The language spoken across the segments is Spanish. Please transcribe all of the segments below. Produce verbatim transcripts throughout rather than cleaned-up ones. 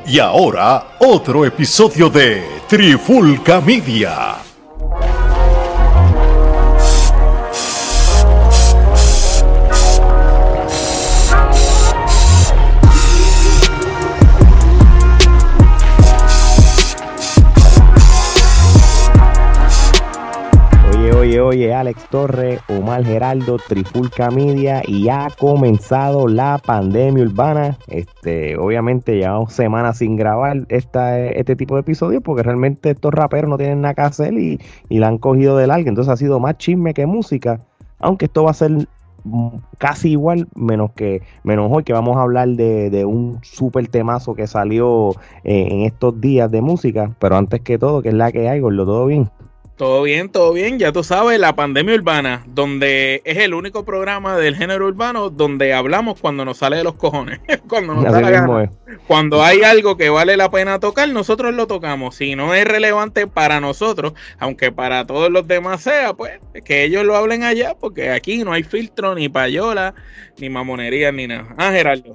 Y ahora, otro episodio de Trifulca Media. Oye, oye, Alex Torres, Omar Geraldo, Trifulca Media, y ya ha comenzado la pandemia urbana. Este, obviamente llevamos semanas sin grabar esta, este tipo de episodios porque realmente estos raperos no tienen nada que hacer y, y la han cogido de larga. Entonces ha sido más chisme que música, aunque esto va a ser casi igual, menos que menos hoy que vamos a hablar de, de un súper temazo que salió eh, en estos días de música. Pero antes que todo, ¿qué es la que hay, Gordo? ¿Todo bien? Todo bien, todo bien, ya tú sabes, la pandemia urbana, donde es el único programa del género urbano donde hablamos cuando nos sale de los cojones, cuando nos da la gana. Cuando hay algo que vale la pena tocar, nosotros lo tocamos. Si no es relevante para nosotros, aunque para todos los demás sea, pues que ellos lo hablen allá, porque aquí no hay filtro, ni payola, ni mamonería, ni nada. Ah, Gerardo.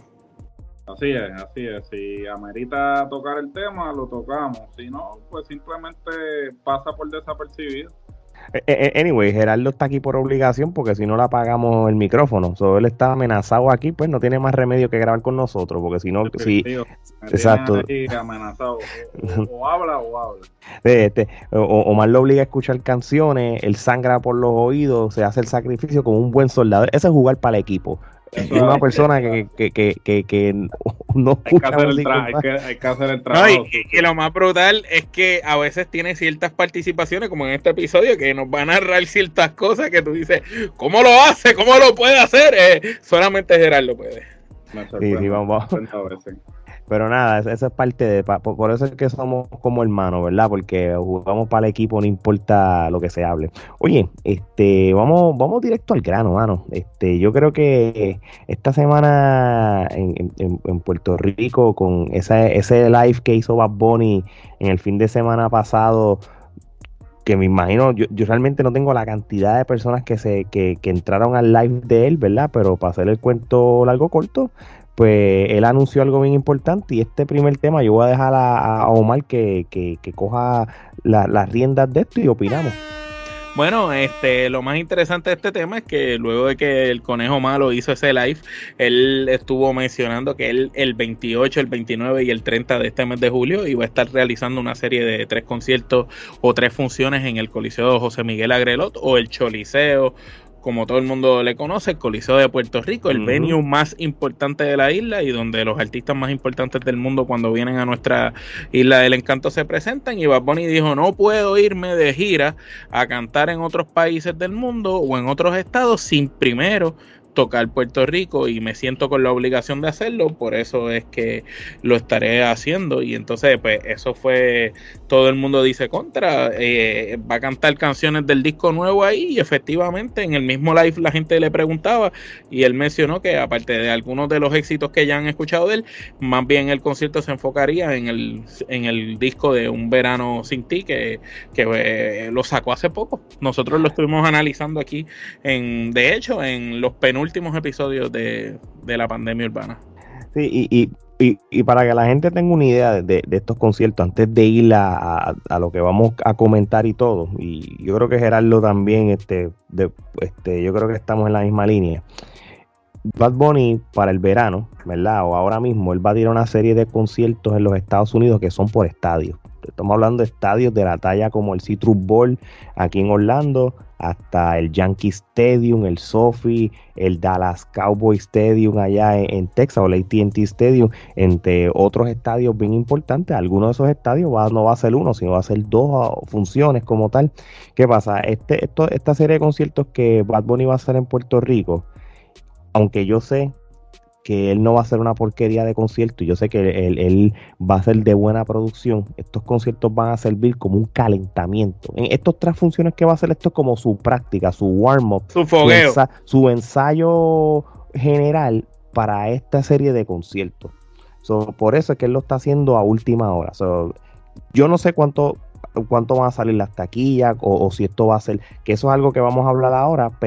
Así es, así es. Si amerita tocar el tema, lo tocamos. Si no, pues simplemente pasa por desapercibido. Anyway, Gerardo está aquí por obligación porque si no le apagamos el micrófono. So, él está amenazado aquí, pues no tiene más remedio que grabar con nosotros, porque si no, si, exacto. Aquí amenazado. O, o habla o habla. Este, o, Omar lo obliga a escuchar canciones, él sangra por los oídos, se hace el sacrificio como un buen soldado. Ese es jugar para el equipo. Es una persona que, que, que, que, que no escucha hay que hacer el, música, tra- hay que, hay que hacer el trabajo. No, y, y lo más brutal es que a veces tiene ciertas participaciones, como en este episodio, que nos van a narrar ciertas cosas que tú dices, ¿cómo lo hace? ¿Cómo lo puede hacer? Eh, solamente Gerardo puede. Me sorprende, sí, sí, vamos. me sorprende a veces. Pero nada, esa es parte de, por, por eso es que somos como hermanos, ¿verdad? Porque jugamos para el equipo, no importa lo que se hable. Oye, este, vamos, vamos directo al grano, mano. Este, yo creo que esta semana en, en, en Puerto Rico, con esa, ese live que hizo Bad Bunny en el fin de semana pasado, que me imagino, yo, yo realmente no tengo la cantidad de personas que se, que, que entraron al live de él, ¿verdad? Pero para hacer el cuento largo corto, pues él anunció algo bien importante, y este primer tema yo voy a dejar a, a Omar que, que, que coja la, las riendas de esto y opinamos. Bueno, este, lo más interesante de este tema es que luego de que el Conejo Malo hizo ese live, él estuvo mencionando que él el veintiocho, el veintinueve y el treinta de este mes de julio iba a estar realizando una serie de tres conciertos o tres funciones en el Coliseo José Miguel Agrelot o el Choliseo, como todo el mundo le conoce, el Coliseo de Puerto Rico, el uh-huh. venue más importante de la isla y donde los artistas más importantes del mundo cuando vienen a nuestra Isla del Encanto se presentan. Y Bad Bunny dijo, no puedo irme de gira a cantar en otros países del mundo o en otros estados sin primero tocar Puerto Rico, y me siento con la obligación de hacerlo, por eso es que lo estaré haciendo. Y entonces pues eso fue, todo el mundo dice contra, eh, va a cantar canciones del disco nuevo ahí, y efectivamente en el mismo live la gente le preguntaba y él mencionó que aparte de algunos de los éxitos que ya han escuchado de él, más bien el concierto se enfocaría en el, en el disco de Un Verano Sin Ti, que, que eh, lo sacó hace poco. Nosotros lo estuvimos analizando aquí, en, de hecho en los penúltimos últimos episodios de, de la pandemia urbana. Sí, y, y, y, y para que la gente tenga una idea de, de estos conciertos, antes de ir a, a, a lo que vamos a comentar y todo, y yo creo que Gerardo también, este, de, este, yo creo que estamos en la misma línea. Bad Bunny para el verano, ¿verdad? O ahora mismo, él va a tirar una serie de conciertos en los Estados Unidos que son por estadios. Estamos hablando de estadios de la talla como el Citrus Bowl aquí en Orlando, hasta el Yankee Stadium, el SoFi, el Dallas Cowboy Stadium allá en, en Texas, o el A T and T Stadium, entre otros estadios bien importantes. Algunos de esos estadios va, no va a ser uno, sino va a ser dos funciones como tal. ¿Qué pasa? Este, esto, esta serie de conciertos que Bad Bunny va a hacer en Puerto Rico, aunque yo sé que él no va a hacer una porquería de concierto, y yo sé que él, él va a ser de buena producción, estos conciertos van a servir como un calentamiento. En estos tres funciones que va a hacer, esto es como su práctica, su warm-up, su fogueo, su, ensa- su ensayo general para esta serie de conciertos. So, por eso es que él lo está haciendo a última hora. So, yo no sé cuánto cuánto van a salir las taquillas, o, o si esto va a ser, que eso es algo que vamos a hablar ahora, pero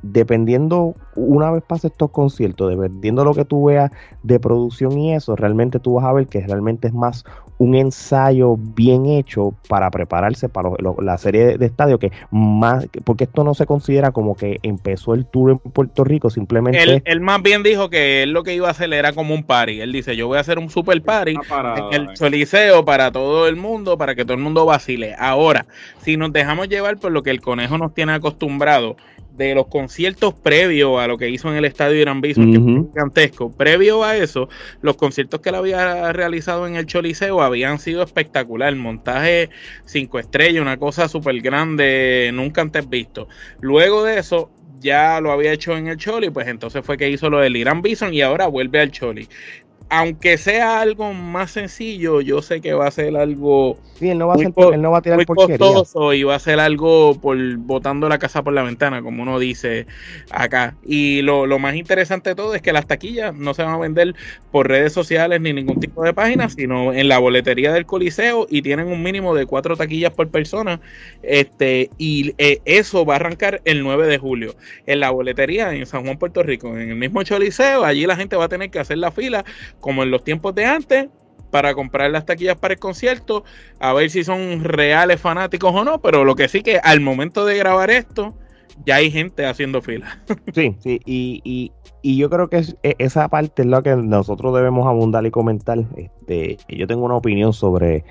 dependiendo, una vez pases estos conciertos, dependiendo de lo que tú veas de producción y eso, realmente tú vas a ver que realmente es más un ensayo bien hecho para prepararse para lo, lo, la serie de, de estadio, que más, porque esto no se considera como que empezó el tour en Puerto Rico, simplemente... Él, él más bien dijo que él lo que iba a hacer era como un party. Él dice, yo voy a hacer un super party parada, en el Choliseo para todo el mundo, para que todo el mundo vacile. Ahora, si nos dejamos llevar por lo que el Conejo nos tiene acostumbrado, de los conciertos previos a lo que hizo en el estadio Irán Bison, uh-huh. que fue gigantesco, previo a eso, los conciertos que él había realizado en el Choliseo habían sido espectacular, el montaje cinco estrellas, una cosa súper grande, nunca antes visto. Luego de eso, ya lo había hecho en el Choli, pues entonces fue que hizo lo del Irán Bison y ahora vuelve al Choli. Aunque sea algo más sencillo, yo sé que va a ser algo sí, él no va, muy, a, ser, él no va a tirar muy porquería. Costoso y va a ser algo por botando la casa por la ventana, como uno dice acá. Y lo, lo más interesante de todo es que las taquillas no se van a vender por redes sociales ni ningún tipo de página, sino en la boletería del Coliseo y tienen un mínimo de cuatro taquillas por persona. Este y eh, eso va a arrancar el nueve de julio en la boletería en San Juan, Puerto Rico, en el mismo Choliseo. Allí la gente va a tener que hacer la fila como en los tiempos de antes, para comprar las taquillas para el concierto, a ver si son reales fanáticos o no, pero lo que sí que al momento de grabar esto, ya hay gente haciendo fila. Sí, sí, y, y, y yo creo que es, esa parte es lo que nosotros debemos abundar y comentar. Este, yo tengo una opinión sobre,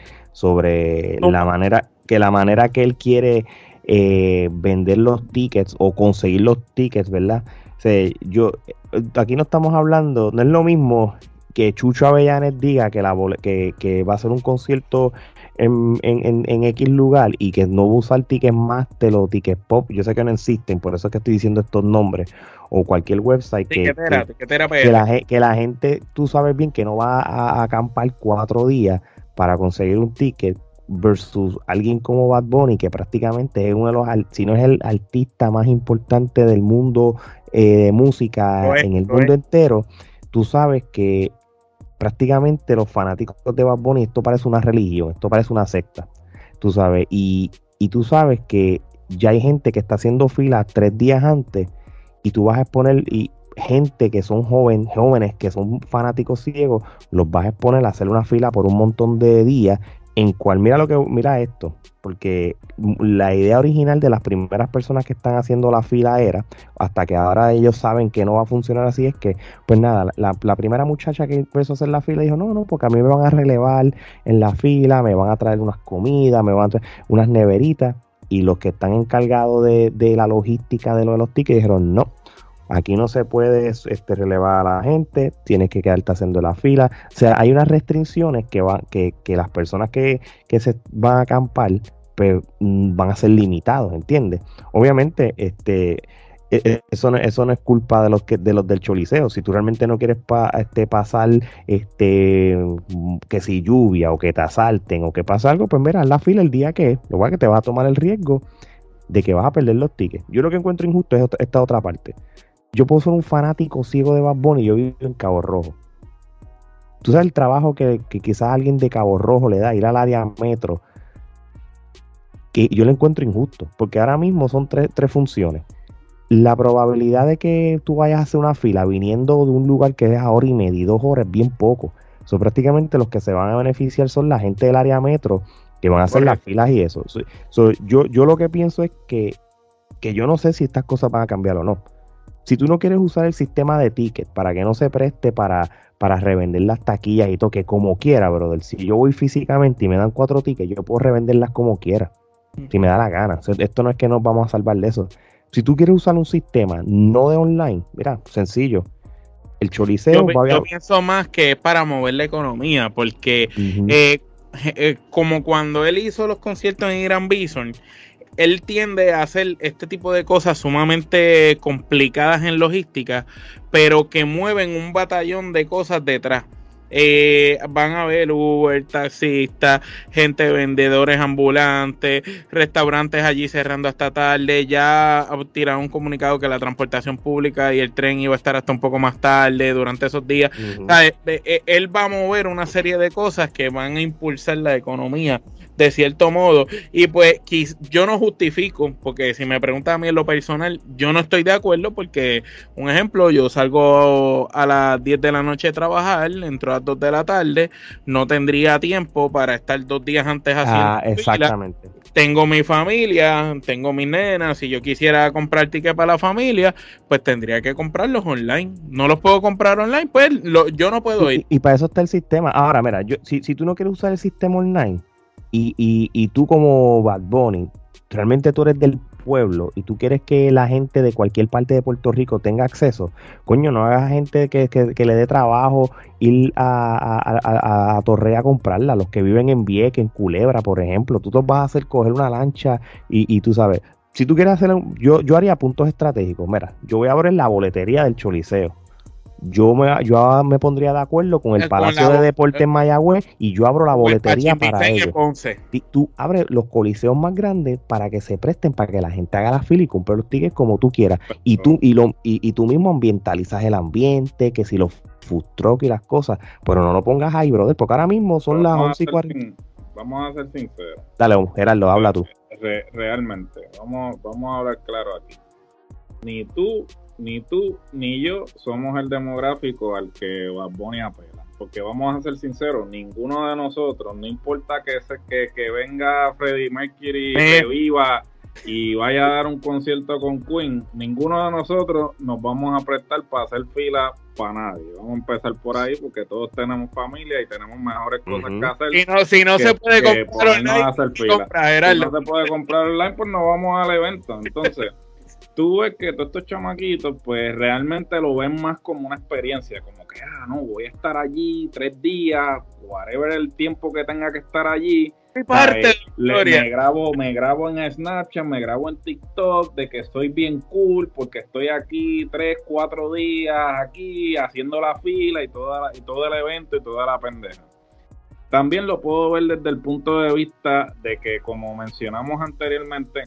sobre no. la manera, que la manera que él quiere eh, vender los tickets o conseguir los tickets, ¿verdad? O sea, yo, aquí no estamos hablando, no es lo mismo que Chucho Avellanes diga que, la que, que va a hacer un concierto en, en, en, en X lugar y que no va a usar tickets más de los tickets pop. Yo sé que no existen, por eso es que estoy diciendo estos nombres, o cualquier website que, tiquetera, que, tiquetera que, la, que la gente, tú sabes bien que no va a, a acampar cuatro días para conseguir un ticket versus alguien como Bad Bunny, que prácticamente es uno de los, si no es el artista más importante del mundo eh, de música es, en el mundo es. entero. Tú sabes que prácticamente los fanáticos de Bad Bunny, esto parece una religión, esto parece una secta, tú sabes, y, y tú sabes que ya hay gente que está haciendo fila tres días antes y tú vas a exponer, y gente que son joven, jóvenes, que son fanáticos ciegos, los vas a exponer a hacer una fila por un montón de días, en cual, mira lo que, mira esto, porque la idea original de las primeras personas que están haciendo la fila era, hasta que ahora ellos saben que no va a funcionar así, es que, pues nada, la, la primera muchacha que empezó a hacer la fila dijo, no, no, porque a mí me van a relevar en la fila, me van a traer unas comidas, me van a traer unas neveritas, y los que están encargados de, de la logística de lo de los tickets dijeron, no, aquí no se puede este, relevar a la gente, tienes que quedarte haciendo la fila. O sea, hay unas restricciones que van, que, que las personas que, que se van a acampar pues, van a ser limitados, ¿entiendes? Obviamente, este, eso no, eso no es culpa de los que, de los del Choliseo. Si tú realmente no quieres pa, este, pasar este que si lluvia o que te asalten o que pasa algo, pues mira, haz la fila el día que es. Lo cual que te vas a tomar el riesgo de que vas a perder los tickets. Yo lo que encuentro injusto es esta otra parte. Yo puedo ser un fanático ciego de Bad Bunny y yo vivo en Cabo Rojo. Tú sabes el trabajo que, que quizás alguien de Cabo Rojo le da, ir al área metro, que yo lo encuentro injusto, porque ahora mismo son tres, tres funciones. La probabilidad de que tú vayas a hacer una fila viniendo de un lugar que es a hora y media, dos horas, es bien poco. So, prácticamente los que se van a beneficiar son la gente del área metro, que van a hacer las filas y eso. So, so, yo, yo lo que pienso es que, que yo no sé si estas cosas van a cambiar o no. Si tú no quieres usar el sistema de ticket para que no se preste para, para revender las taquillas y todo, que como quiera, brother. Si yo voy físicamente y me dan cuatro tickets, yo puedo revenderlas como quiera, si me da la gana. O sea, esto no es que nos vamos a salvar de eso. Si tú quieres usar un sistema no de online, mira, sencillo. El Choliseo yo, va a... yo pienso más que es para mover la economía, porque uh-huh. eh, eh, como cuando él hizo los conciertos en Irán Bison, él tiende a hacer este tipo de cosas sumamente complicadas en logística, pero que mueven un batallón de cosas detrás. Eh, van a ver Uber, taxistas, gente, vendedores ambulantes, restaurantes allí cerrando hasta tarde. Ya tiraron un comunicado que la transportación pública y el tren iba a estar hasta un poco más tarde durante esos días. Uh-huh. O sea, eh, eh, él va a mover una serie de cosas que van a impulsar la economía de cierto modo. Y pues quis, yo no justifico, porque si me preguntan a mí en lo personal, yo no estoy de acuerdo porque, un ejemplo, yo salgo a las diez de la noche a trabajar, entro a las dos de la tarde, no tendría tiempo para estar dos días antes haciendo Ah, exactamente. fila. Tengo mi familia, tengo mis nenas, si yo quisiera comprar ticket para la familia, pues tendría que comprarlos online. No los puedo comprar online, pues lo, yo no puedo ir. Y, y para eso está el sistema. Ahora, mira, yo, si, si tú no quieres usar el sistema online y, y, y tú como Bad Bunny, realmente tú eres del pueblo y tú quieres que la gente de cualquier parte de Puerto Rico tenga acceso, coño, no hagas gente que, que, que le dé trabajo ir a, a, a, a Torrey a comprarla, los que viven en Vieques, en Culebra, por ejemplo, tú te vas a hacer coger una lancha y, y tú sabes, si tú quieres hacer, yo, yo haría puntos estratégicos, mira, yo voy a abrir la boletería del Choliseo. Yo me, yo me pondría de acuerdo con el Eh, Palacio con la- de Deportes en Mayagüez y yo abro la Pues, boletería Pachimbicén para y ellos. Ponce. Y tú abres los coliseos más grandes para que se presten, para que la gente haga la fila y compre los tickets como tú quieras. Y tú, y lo, y, y tú mismo ambientalizas el ambiente, que si los food truck y las cosas, pero no lo pongas ahí, brother, porque ahora mismo son las Vamos a once y ser cuarenta. sin- Vamos a ser sinceros. Dale, Gerardo, habla tú. Re- realmente, vamos, vamos a hablar claro aquí. Ni tú, ni tú, ni yo somos el demográfico al que Bad Bunny apela. Porque vamos a ser sinceros, ninguno de nosotros, no importa que, se, que, que venga Freddie Mercury, Eh. reviva y vaya a dar un concierto con Queen, ninguno de nosotros nos vamos a prestar para hacer fila para nadie. Vamos a empezar por ahí porque todos tenemos familia y tenemos mejores cosas Ujú. que hacer. Si no, si no que- se puede que comprar ponernos online, a hacer ¿qué fila. compra, Si Gerardo? no se puede comprar online, pues no vamos al evento. Entonces, tú ves que todos estos chamaquitos, pues realmente lo ven más como una experiencia, como que, ah, no, voy a estar allí tres días, whatever el tiempo que tenga que estar allí. Mi parte de la Le- historia. me grabo, me grabo en Snapchat, me grabo en TikTok de que estoy bien cool porque estoy aquí tres, cuatro días aquí haciendo la fila y toda la- y todo el evento y toda la pendeja. También lo puedo ver desde el punto de vista de que, como mencionamos anteriormente,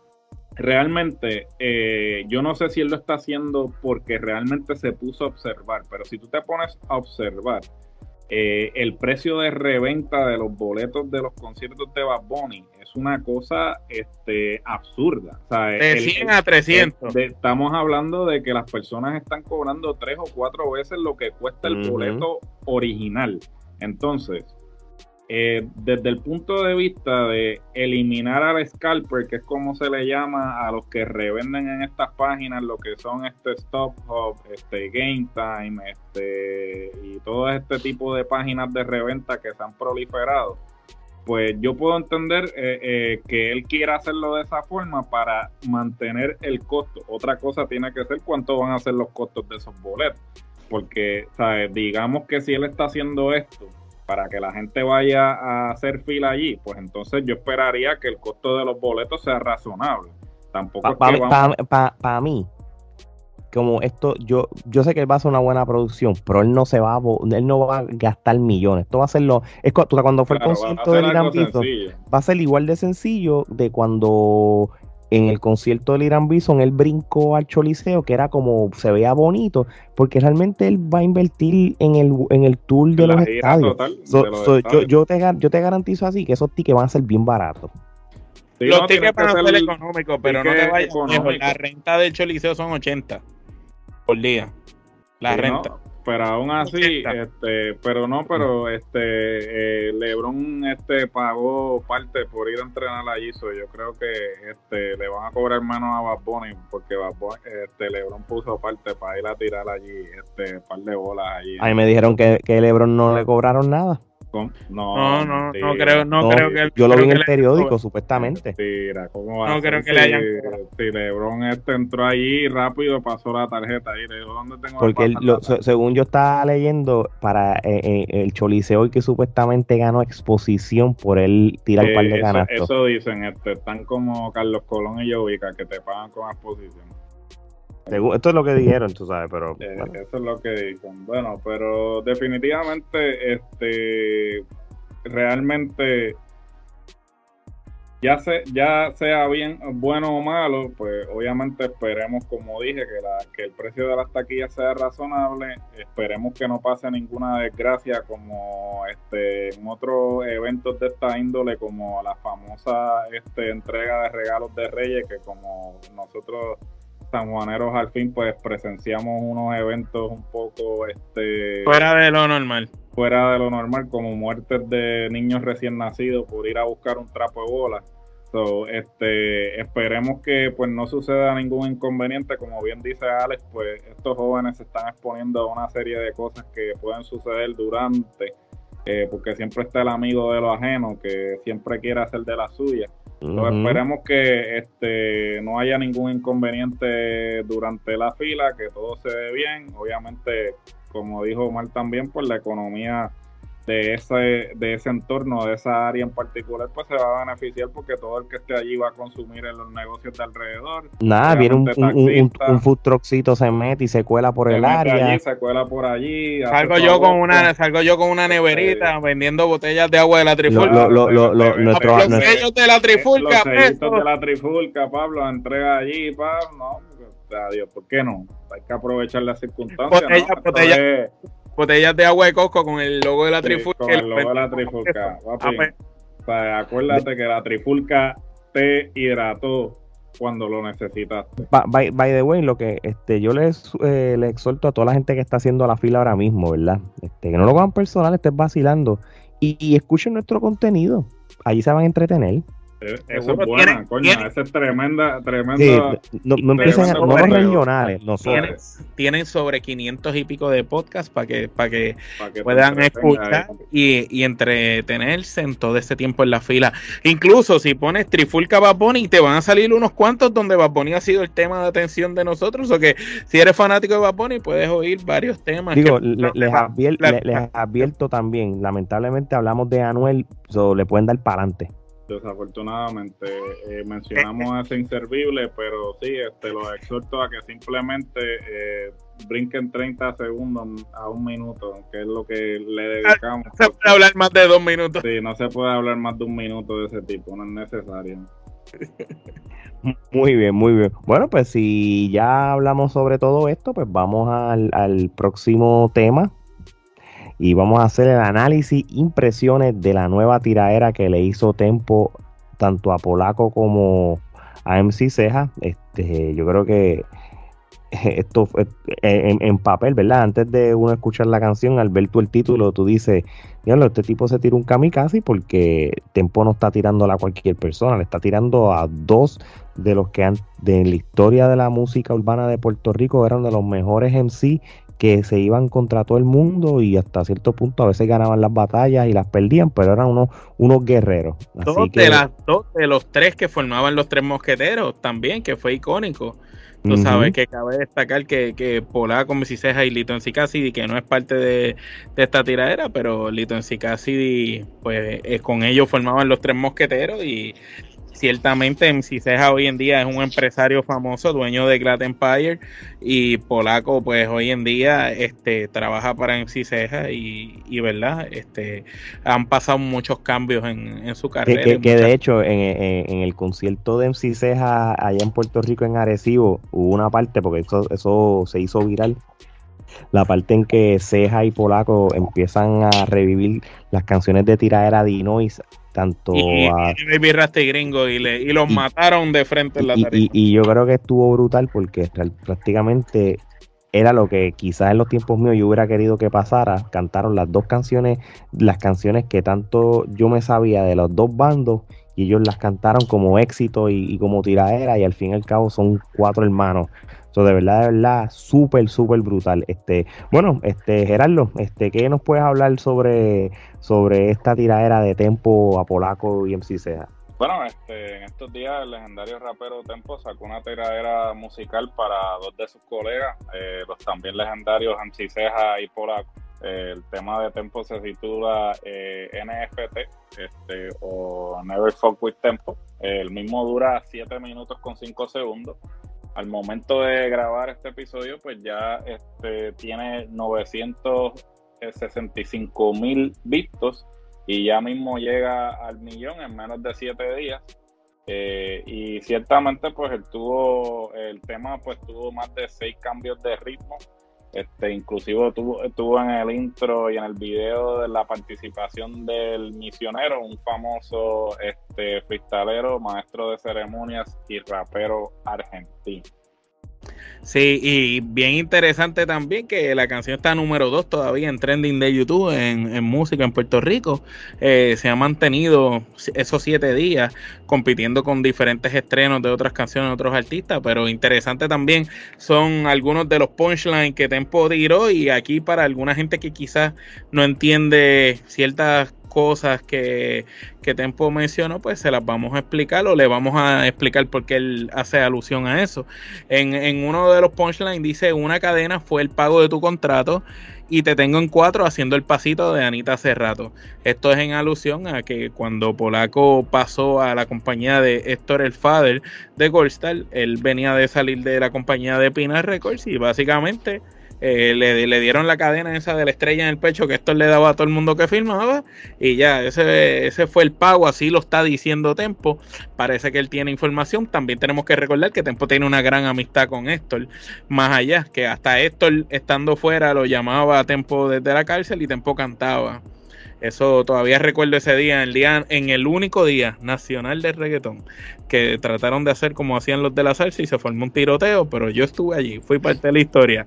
realmente eh, yo no sé si él lo está haciendo porque realmente se puso a observar, pero si tú te pones a observar eh, el precio de reventa de los boletos de los conciertos de Bad Bunny es una cosa este, absurda. O sea, De el- cien el- a trescientos. de- estamos hablando de que las personas están cobrando tres o cuatro veces lo que cuesta el Ujú. boleto original. Entonces, eh, desde el punto de vista de eliminar al scalper, que es como se le llama a los que revenden en estas páginas, lo que son este StubHub, este Game Time, este y todo este tipo de páginas de reventa que se han proliferado, pues yo puedo entender eh, eh, que él quiera hacerlo de esa forma para mantener el costo. Otra cosa tiene que ser cuánto van a ser los costos de esos boletos, porque, ¿sabes? Digamos que si él está haciendo esto para que la gente vaya a hacer fila allí, pues entonces yo esperaría que el costo de los boletos sea razonable. Tampoco Para es que vamos... pa, pa, pa mí, como esto, yo, yo sé que él va a hacer una buena producción, pero él no se va a, bo- él no va a gastar millones. Esto va a ser lo, es cu- cuando fue Claro, el va a concierto ser del Irán algo Bison, sencillo. va a ser igual de sencillo de cuando en el concierto del Irán Bison él brincó al Choliseo, que era como se veía bonito, porque realmente él va a invertir en el, en el tour de En la los gira estadios. total de So- los so, yo, estadios. yo, te, gar- yo te garantizo así que esos tickets van a ser bien baratos. Sí, Los no, tickets tiene que van a ser ser económicos, pero no te ticket vayas lejos. económico. La renta del Choliseo son ochenta por día. La Sí, renta. ¿no? Pero aún así, ochenta. este, pero no, pero este, eh, LeBron este pagó parte por ir a entrenar allí, so yo creo que este le van a cobrar menos a Bad Bunny porque Bad Bunny, este LeBron puso parte para ir a tirar allí, este par de bolas allí. A mí me dijeron que, que LeBron no le cobraron nada. Con- No, No, no, mentira. no creo, no, No, creo que él- yo lo creo vi en que el le- periódico, supuestamente. Mentira, ¿cómo va No a creo ser? que le hayan Si- cobrado. Si LeBron este entró allí rápido, pasó la tarjeta y le dijo, ¿dónde tengo que Porque él, pasar lo- la tarjeta? se- según yo estaba leyendo, para eh, eh, el Choliseo y que supuestamente ganó exposición por él tirar un par Eh, de eso, canastos. eso dicen, este, están como Carlos Colón y Jovica, que te pagan con exposición. Según- esto es lo que dijeron, tú sabes, pero Eh, bueno. Eso es lo que dicen. Bueno, pero definitivamente, este, realmente Ya, se, ya sea bien bueno o malo, pues obviamente esperemos, como dije, que, la, que el precio de las taquillas sea razonable. Esperemos que no pase ninguna desgracia como este en otros eventos de esta índole, como la famosa este, entrega de regalos de Reyes, que como nosotros sanjuaneros al fin pues presenciamos unos eventos un poco este fuera de lo normal. fuera de lo normal, como muertes de niños recién nacidos por ir a buscar un trapo de bola. So, este, esperemos que pues no suceda ningún inconveniente. Como bien dice Alex, pues estos jóvenes se están exponiendo a una serie de cosas que pueden suceder durante, eh, porque siempre está el amigo de lo ajeno que siempre quiere hacer de la suya. Uh-huh. So, esperemos que este, no haya ningún inconveniente durante la fila, que todo se dé bien. Obviamente, como dijo Omar también, pues la economía de ese, de ese entorno, de esa área en particular, pues se va a beneficiar porque todo el que esté allí va a consumir en los negocios de alrededor. Nada, viene un, un, un, un food truckcito, se mete y se cuela por se el mete área. Allí, se cuela por allí. Salgo yo, con una, salgo yo con una neverita este, vendiendo botellas de agua de la Trifulca. Lo, lo, lo, lo, nuestro, los sellos de la Trifulca. Los sellitos de la Trifulca, Pablo, entrega allí, Pablo. No, adiós, ¿por qué no? Hay que aprovechar las circunstancias. Botella, ¿no? botella. Es, botellas de agua de coco con el logo de la sí, Trifulca. Con el logo de la Trifulca, papi. O sea, acuérdate que la Trifulca te hidrató cuando lo necesitaste. By, by the way, lo que este, yo les, eh, les exhorto a toda la gente que está haciendo la fila ahora mismo, ¿verdad? Este, que no lo hagan personal, estén vacilando y, y escuchen nuestro contenido. Allí se van a entretener. Eso es buena, ¿Tienen, coño, ¿tienen? Esa es tremenda, tremenda. Sí, no, no empiecen a no los regionales. Tienen, tienen sobre quinientos y pico de podcasts para que, para que, pa que puedan escuchar y, y entretenerse en todo ese tiempo en la fila. Incluso si pones Trifulca Bad Bunny, te van a salir unos cuantos donde Bad Bunny ha sido el tema de atención de nosotros. O que si eres fanático de Bad Bunny, puedes oír varios temas. Digo, le, les, advier, la, le, les advierto también, lamentablemente hablamos de Anuel, so le pueden dar para adelante. Desafortunadamente eh, mencionamos a ese inservible, pero sí, este, los exhorto a que simplemente eh, brinquen treinta segundos a un minuto, que es lo que le dedicamos. No se puede hablar más de dos minutos. Sí, no se puede hablar más de un minuto de ese tipo, no es necesario. Muy bien, muy bien. Bueno, pues si ya hablamos sobre todo esto, pues vamos al, al próximo tema. Y vamos a hacer el análisis, impresiones de la nueva tiraera que le hizo Tempo tanto a Polaco como a M C Ceja. Este, yo creo que esto en, en papel, ¿verdad? Antes de uno escuchar la canción, al ver tú el título, tú dices, diablo, este tipo se tiró un kamikaze porque Tempo no está tirándola a cualquier persona, le está tirando a dos de los que han, de la historia de la música urbana de Puerto Rico, eran de los mejores M C que se iban contra todo el mundo y hasta cierto punto a veces ganaban las batallas y las perdían, pero eran unos, unos guerreros. Así dos, que, de las, dos de los tres que formaban los tres mosqueteros también, que fue icónico. Tú uh-huh. sabes que cabe destacar que, que Polaco, M C Ceja y Lito M C Cassidy, que no es parte de, de esta tiradera, pero Lito M C Cassidy, pues eh, con ellos formaban los tres mosqueteros y ciertamente M C Ceja hoy en día es un empresario famoso, dueño de Glad Empire, y Polaco pues hoy en día este trabaja para M C Ceja y, y verdad, este han pasado muchos cambios en, en su carrera. Que, que, que de hecho en, en, en el concierto de M C Ceja allá en Puerto Rico en Arecibo hubo una parte, porque eso, eso se hizo viral, la parte en que Ceja y Polaco empiezan a revivir las canciones de tiraera de Inois, tanto y, a y Baby Rasta y Gringo y, le, y los y, mataron de frente en la tarima. Y, y, y yo creo que estuvo brutal porque prácticamente era lo que quizás en los tiempos míos yo hubiera querido que pasara. Cantaron las dos canciones, las canciones que tanto yo me sabía de los dos bandos, y ellos las cantaron como éxito y, y como tiradera, y al fin y al cabo son cuatro hermanos. So, de verdad, de verdad, súper, súper brutal. Este, bueno, este, Gerardo, este, ¿qué nos puedes hablar sobre, sobre esta tiradera de Tempo a Polaco y M C Ceja? Bueno, este, en estos días el legendario rapero Tempo sacó una tiradera musical para dos de sus colegas, eh, los también legendarios M C Ceja y Polaco. Eh, el tema de Tempo se titula eh, N F T este, o Never Fuck With Tempo. Eh, el mismo dura siete minutos con cinco segundos. Al momento de grabar este episodio, pues ya este, tiene novecientos sesenta y cinco mil vistos y ya mismo llega al millón en menos de siete días. Eh, y ciertamente pues él tuvo, el tema pues tuvo más de seis cambios de ritmo. Este, inclusive tuvo, tuvo en el intro y en el video de la participación del Misionero, un famoso este, freestalero, maestro de ceremonias y rapero argentino. Sí, y bien interesante también que la canción está número dos todavía en trending de YouTube en, en música en Puerto Rico. Eh, se ha mantenido esos siete días compitiendo con diferentes estrenos de otras canciones de otros artistas, pero interesante también son algunos de los punchlines que Tempo tiró, y aquí para alguna gente que quizás no entiende ciertas cosas que, que Tempo mencionó, pues se las vamos a explicar, o le vamos a explicar por qué él hace alusión a eso. En, en uno de los punchlines dice: una cadena fue el pago de tu contrato y te tengo en cuatro haciendo el pasito de Anita Cerrato. Esto es en alusión a que cuando Polaco pasó a la compañía de Héctor el Father de Goldstar, él venía de salir de la compañía de Pina Records y básicamente Eh, le, le dieron la cadena esa de la estrella en el pecho que esto le daba a todo el mundo que firmaba, y ya, ese, ese fue el pago, así lo está diciendo Tempo. Parece que él tiene información. También tenemos que recordar que Tempo tiene una gran amistad con Héctor, más allá, que hasta Héctor estando fuera lo llamaba a Tempo desde la cárcel y Tempo cantaba. Eso todavía recuerdo ese día, el día, en el único día nacional de reggaetón, que trataron de hacer como hacían los de la salsa y se formó un tiroteo, pero yo estuve allí, fui parte de la historia.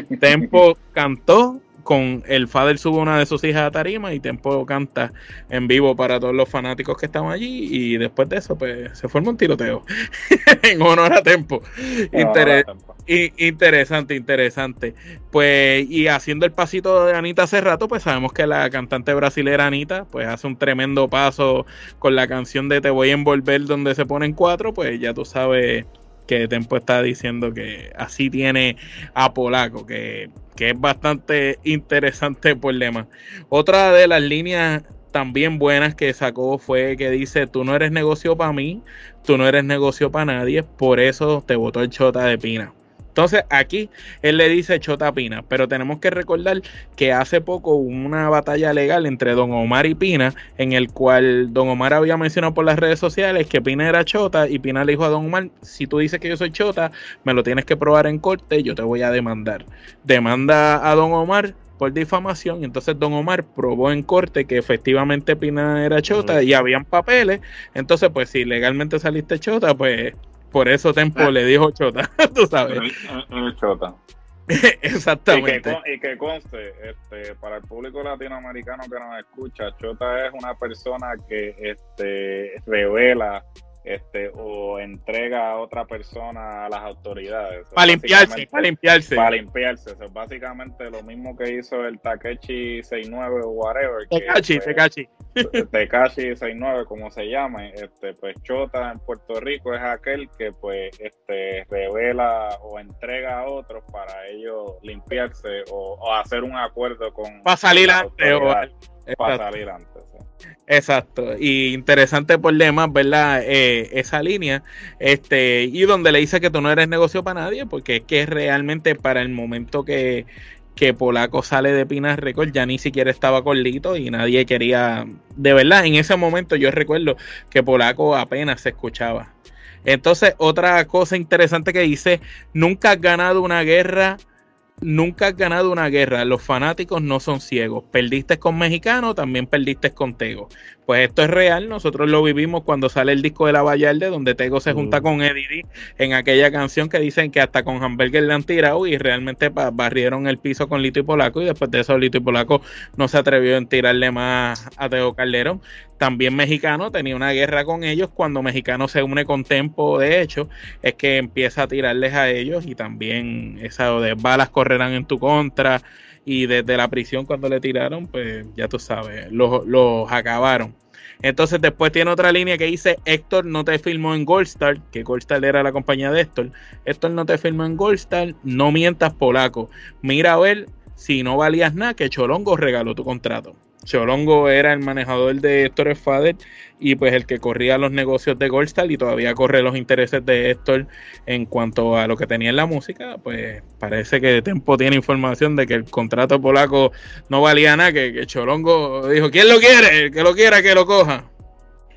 Tempo cantó con el Father, sube una de sus hijas a tarima y Tempo canta en vivo para todos los fanáticos que estaban allí, y después de eso pues se formó un tiroteo en honor a Tempo. Inter- y, interesante, interesante. Pues, y haciendo el pasito de Anita Cerrato, pues sabemos que la cantante brasilera Anita pues hace un tremendo paso con la canción de Te voy a envolver, donde se ponen cuatro. Pues ya tú sabes que Tempo está diciendo que así tiene a Polaco, que, que es bastante interesante por demás. Otra de las líneas también buenas que sacó fue que dice: tú no eres negocio para mí, tú no eres negocio para nadie, por eso te botó el Chota de Pina. Entonces aquí él le dice Chota Pina, pero tenemos que recordar que hace poco hubo una batalla legal entre Don Omar y Pina, en el cual Don Omar había mencionado por las redes sociales que Pina era Chota, y Pina le dijo a Don Omar: si tú dices que yo soy Chota, me lo tienes que probar en corte, yo te voy a demandar. Demanda a Don Omar por difamación, y entonces Don Omar probó en corte que efectivamente Pina era Chota, uh-huh, y habían papeles. Entonces pues si legalmente saliste Chota, pues por eso Tempo ah. le dijo Chota, tú sabes. El, el, el Chota. Exactamente. Y que, y que conste, este, para el público latinoamericano que nos escucha, Chota es una persona que este, revela este, o entrega a otra persona a las autoridades. Para limpiarse, para limpiarse. Para limpiarse. Eso es básicamente lo mismo que hizo el Takeshi sesenta y nueve o whatever. Tekashi, pues, Tekashi. Tekashi sesenta y nueve, como se llame. Este, pues Chota en Puerto Rico es aquel que pues este, revela o entrega a otros para ellos limpiarse o, o hacer un acuerdo con... Para salir antes. Para salir antes, sí. Exacto, y interesante por demás, ¿verdad? Eh, esa línea, este, y donde le dice que tú no eres negocio para nadie, porque es que realmente para el momento que, que Polaco sale de Pina Records ya ni siquiera estaba con Lito y nadie quería, de verdad, en ese momento yo recuerdo que Polaco apenas se escuchaba. Entonces, otra cosa interesante que dice: nunca has ganado una guerra. Nunca has ganado una guerra, los fanáticos no son ciegos. Perdiste con Mexicano, también perdiste con Tego. Pues esto es real, nosotros lo vivimos cuando sale el disco de La Vallarde, donde Tego se junta con Eddie D en aquella canción que dicen que hasta con Hamburger le han tirado, y realmente barrieron el piso con Lito y Polaco, y después de eso Lito y Polaco no se atrevió a tirarle más a Tego Calderón. También Mexicano tenía una guerra con ellos. Cuando Mexicano se une con Tempo, de hecho, es que empieza a tirarles a ellos, y también esa de balas correrán en tu contra, y desde la prisión cuando le tiraron, pues ya tú sabes, los, los acabaron. Entonces después tiene otra línea que dice: Héctor no te firmó en Goldstar, que Goldstar era la compañía de Héctor. Héctor no te firmó en Goldstar, no mientas, Polaco. Mira a ver si no valías nada, que Cholongo regaló tu contrato. Cholongo era el manejador de Héctor el Father y pues el que corría los negocios de Goldstar, y todavía corre los intereses de Héctor en cuanto a lo que tenía en la música. Pues parece que Tempo tiene información de que el contrato Polaco no valía nada, que, que Cholongo dijo: ¿quién lo quiere? El que lo quiera que lo coja.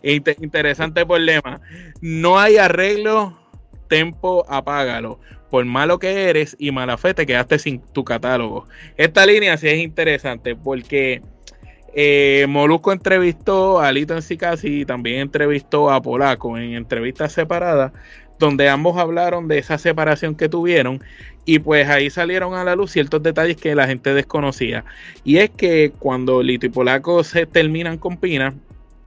Inter- interesante problema. No hay arreglo, Tempo, apágalo. Por malo que eres y mala fe te quedaste sin tu catálogo. Esta línea sí es interesante porque eh, Molusco entrevistó a Lito Ensikasi y también entrevistó a Polaco en entrevistas separadas, donde ambos hablaron de esa separación que tuvieron, y pues ahí salieron a la luz ciertos detalles que la gente desconocía. Y es que cuando Lito y Polaco se terminan con Pina,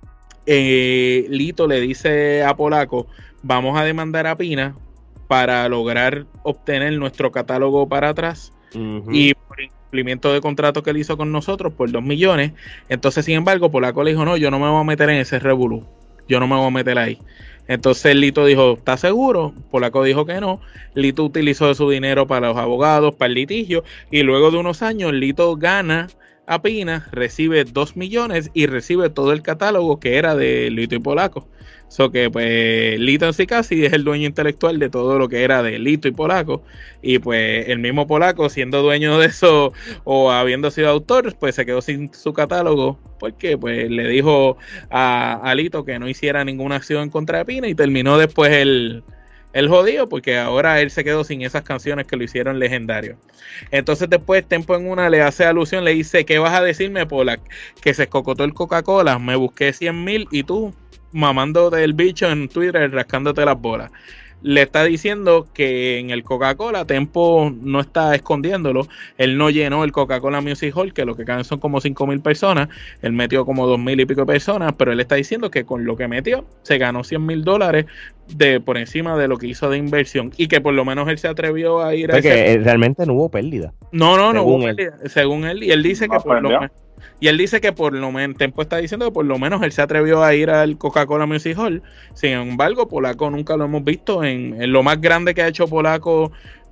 eh, Lito le dice a Polaco: vamos a demandar a Pina para lograr obtener nuestro catálogo para atrás, uh-huh. y por incumplimiento de contrato que él hizo con nosotros por dos millones. Entonces, sin embargo, Polaco le dijo: no, yo no me voy a meter en ese revolú, yo no me voy a meter ahí. Entonces Lito dijo: ¿estás seguro? Polaco dijo que no. Lito utilizó su dinero para los abogados, para el litigio, y luego de unos años Lito gana a Pina, recibe dos millones y recibe todo el catálogo que era de Lito y Polaco. So que pues Lito Ensikasi es el dueño intelectual de todo lo que era de Lito y Polaco, y pues el mismo Polaco, siendo dueño de eso o habiendo sido autor, pues se quedó sin su catálogo porque pues le dijo a, a Lito que no hiciera ninguna acción en contra de Pina, y terminó después el el jodido porque ahora él se quedó sin esas canciones que lo hicieron legendario. Entonces después Tempo en una le hace alusión, le dice: ¿qué vas a decirme, Polak? Que se escocotó el Coca-Cola, me busqué cien mil y tú mamándote el bicho en Twitter, rascándote las bolas. Le está diciendo que en el Coca-Cola Tempo no está escondiéndolo. Él no llenó el Coca-Cola Music Hall, que lo que caen son como cinco mil personas. Él metió como dos mil y pico de personas, pero él está diciendo que con lo que metió se ganó cien mil dólares de por encima de lo que hizo de inversión, y que por lo menos él se atrevió a ir a ese... que realmente no hubo pérdida. No, no, no hubo pérdida, según él. Y él dice que por lo menos Y él dice que por lo menos, Tempo está diciendo que por lo menos él se atrevió a ir al Coca-Cola Music Hall. Sin embargo, Polaco nunca lo hemos visto en, en lo más grande que ha hecho Polaco,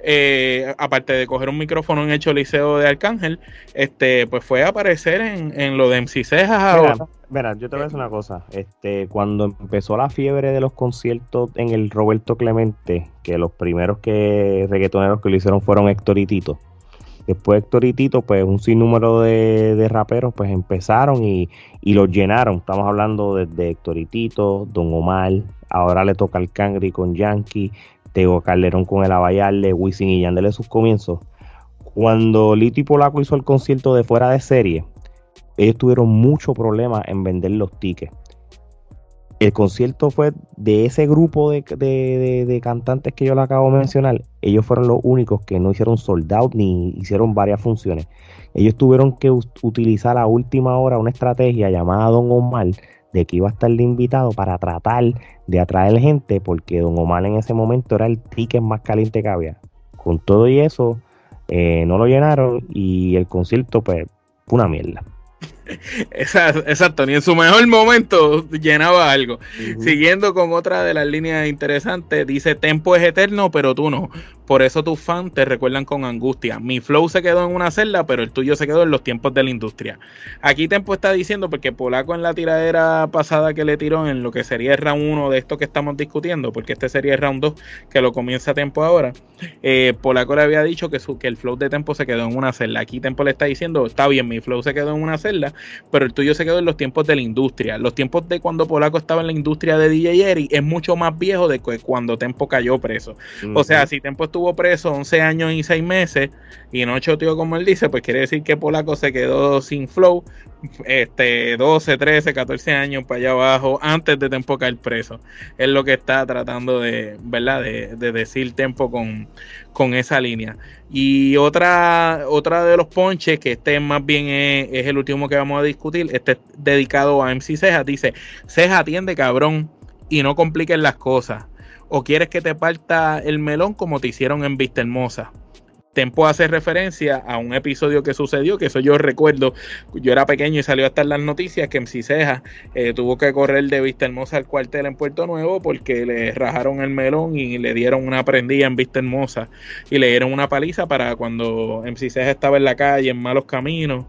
eh, aparte de coger un micrófono en el Choliseo de Arcángel, este, pues fue a aparecer en, en lo de M C Cejas ahora. Mira, mira, yo te voy a decir una cosa. Este, cuando empezó la fiebre de los conciertos en el Roberto Clemente, que los primeros que reggaetoneros que lo hicieron fueron Héctor y Tito. Después Héctor y Tito, pues un sinnúmero de, de raperos pues empezaron y, y los llenaron. Estamos hablando de, de Héctor y Tito, Don Omar, ahora le toca al Cangri con Yankee, Tego Calderón con el Abayarle, Wisin y Yandel en sus comienzos. Cuando Lito y Polaco hizo el concierto de Fuera de Serie, ellos tuvieron mucho problema en vender los tickets. El concierto fue de ese grupo de, de, de, de cantantes que yo le acabo de mencionar. Ellos fueron los únicos que no hicieron sold out ni hicieron varias funciones. Ellos tuvieron que u- utilizar a última hora una estrategia llamada Don Omar, de que iba a estar de invitado para tratar de atraer gente, porque Don Omar en ese momento era el ticket más caliente que había. Con todo y eso, eh, no lo llenaron y el concierto pues fue una mierda. Exacto, ni en su mejor momento llenaba algo. Uh-huh. Siguiendo con otra de las líneas interesantes, dice: Tempo es eterno, pero tú no. Por eso tus fans te recuerdan con angustia. Mi flow se quedó en una celda, pero el tuyo se quedó en los tiempos de la industria. Aquí Tempo está diciendo, porque Polaco en la tiradera pasada que le tiró en lo que sería el round uno de esto que estamos discutiendo, porque este sería el round dos que lo comienza Tempo ahora, eh, Polaco le había dicho que, su, que el flow de Tempo se quedó en una celda. Aquí Tempo le está diciendo: está bien, mi flow se quedó en una celda, pero el tuyo se quedó en los tiempos de la industria. Los tiempos de cuando Polaco estaba en la industria de D J Eri es mucho más viejo de que cuando Tempo cayó preso. Uh-huh. O sea, si Tempo estuvo preso once años y seis meses y no choteó como él dice, pues quiere decir que Polaco se quedó sin flow este doce, trece, catorce años para allá abajo antes de Tempo caer preso. Es lo que está tratando de, ¿verdad? De, de decir Tempo con, con esa línea. Y otra, otra de los ponches, que este más bien es, es el último que vamos a discutir, este es dedicado a M C Cejas. Dice: Cejas, atiende, cabrón, y no compliques las cosas. ¿O quieres que te parta el melón como te hicieron en Vista Hermosa? Tempo hace referencia a un episodio que sucedió, que eso yo recuerdo, yo era pequeño y salió hasta en las noticias, que M C Cejas eh, tuvo que correr de Vista Hermosa al cuartel en Puerto Nuevo porque le rajaron el melón y le dieron una prendida en Vista Hermosa y le dieron una paliza para cuando M C Cejas estaba en la calle, en malos caminos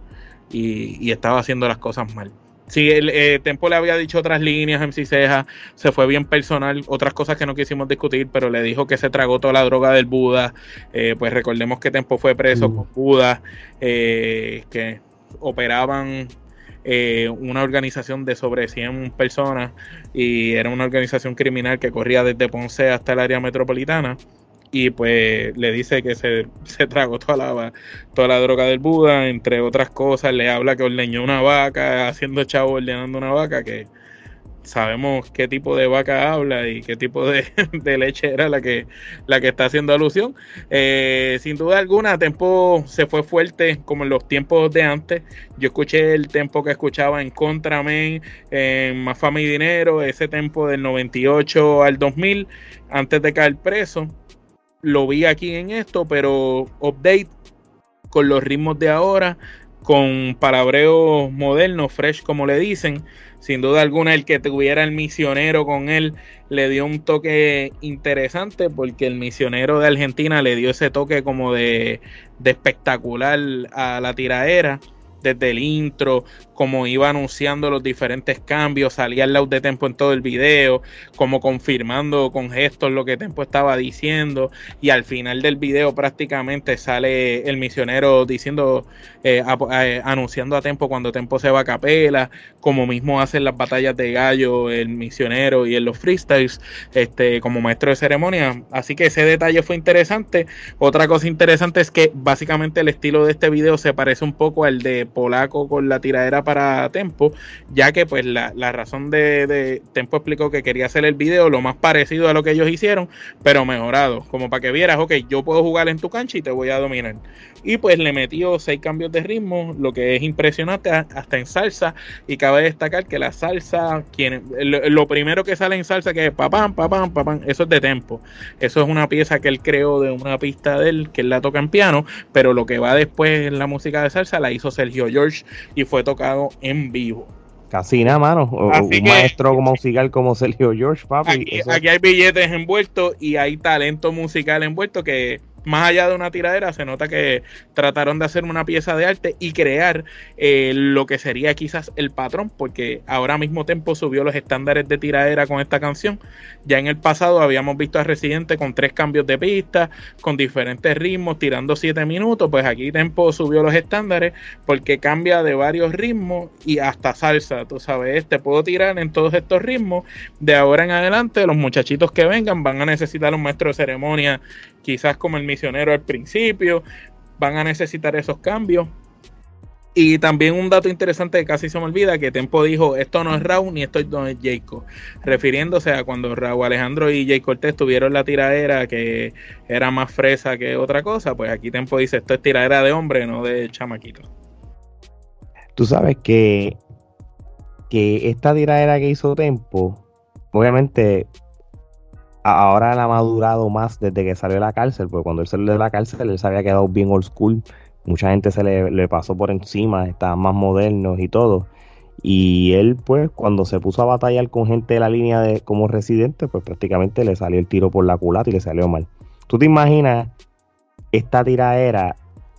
y, y estaba haciendo las cosas mal. Sí, el eh, Tempo le había dicho otras líneas a M C Cejas, se fue bien personal, otras cosas que no quisimos discutir, pero le dijo que se tragó toda la droga del Buda. Eh, pues recordemos que Tempo fue preso mm. con Buda, eh, que operaban eh, una organización de sobre cien personas y era una organización criminal que corría desde Ponce hasta el área metropolitana. Y pues le dice que se, se tragó toda la, toda la droga del Buda, entre otras cosas. Le habla que ordeñó una vaca, haciendo chavo ordenando una vaca, que sabemos qué tipo de vaca habla y qué tipo de, de leche era la que, la que está haciendo alusión. Eh, sin duda alguna, Tempo se fue fuerte como en los tiempos de antes. Yo escuché el Tempo que escuchaba en Contra Men, en Más Fama y Dinero, ese Tempo del noventa y ocho al dos mil, antes de caer preso. Lo vi aquí en esto, pero update con los ritmos de ahora, con palabreos modernos, fresh como le dicen. Sin duda alguna, el que tuviera el Misionero con él le dio un toque interesante, porque el Misionero de Argentina le dio ese toque como de, de espectacular a la tiraera. Desde el intro, como iba anunciando los diferentes cambios, salía el loud de Tempo en todo el video, como confirmando con gestos lo que Tempo estaba diciendo, y al final del video prácticamente sale el Misionero diciendo, eh, a, a, anunciando a Tempo cuando Tempo se va a capela, como mismo hacen las batallas de gallo el Misionero y en los freestyles, este, como maestro de ceremonia. Así que ese detalle fue interesante. Otra cosa interesante es que básicamente el estilo de este video se parece un poco al de Polaco con la tiradera para Tempo, ya que pues la, la razón de, de Tempo explicó que quería hacer el video lo más parecido a lo que ellos hicieron, pero mejorado, como para que vieras, ok, yo puedo jugar en tu cancha y te voy a dominar. Y pues le metió seis cambios de ritmo, lo que es impresionante, hasta en salsa. Y cabe destacar que la salsa, quien, lo, lo primero que sale en salsa, que es papam, papam, papam, eso es de Tempo. Eso es una pieza que él creó de una pista de él, que él la toca en piano, pero lo que va después en la música de salsa la hizo Sergio George y fue tocado en vivo. Casi nada, mano. O, un que, maestro musical como Sergio George, papi. Aquí, aquí hay billetes envueltos y hay talento musical envuelto que, más allá de una tiradera, se nota que trataron de hacer una pieza de arte y crear eh, lo que sería quizás el patrón, porque ahora mismo Tempo subió los estándares de tiradera con esta canción. Ya en el pasado habíamos visto a Residente con tres cambios de pista, con diferentes ritmos, tirando siete minutos. Pues aquí Tempo subió los estándares porque cambia de varios ritmos y hasta salsa. Tú sabes, te puedo tirar en todos estos ritmos. De ahora en adelante, los muchachitos que vengan van a necesitar un maestro de ceremonia, quizás como el Misionero al principio, van a necesitar esos cambios. Y también un dato interesante que casi se me olvida, que Tempo dijo, esto no es Raúl ni esto no es Jayco, refiriéndose a cuando Raúl Alejandro y Jay Cortés tuvieron la tiradera que era más fresa que otra cosa. Pues aquí Tempo dice, esto es tiradera de hombre, no de chamaquito. Tú sabes que que esta tiradera que hizo Tempo, obviamente ahora la ha madurado más desde que salió de la cárcel, porque cuando él salió de la cárcel él se había quedado bien old school, mucha gente se le, le pasó por encima, estaban más modernos y todo, y él pues cuando se puso a batallar con gente de la línea de como Residente, pues prácticamente le salió el tiro por la culata y le salió mal. ¿Tú te imaginas esta tiradera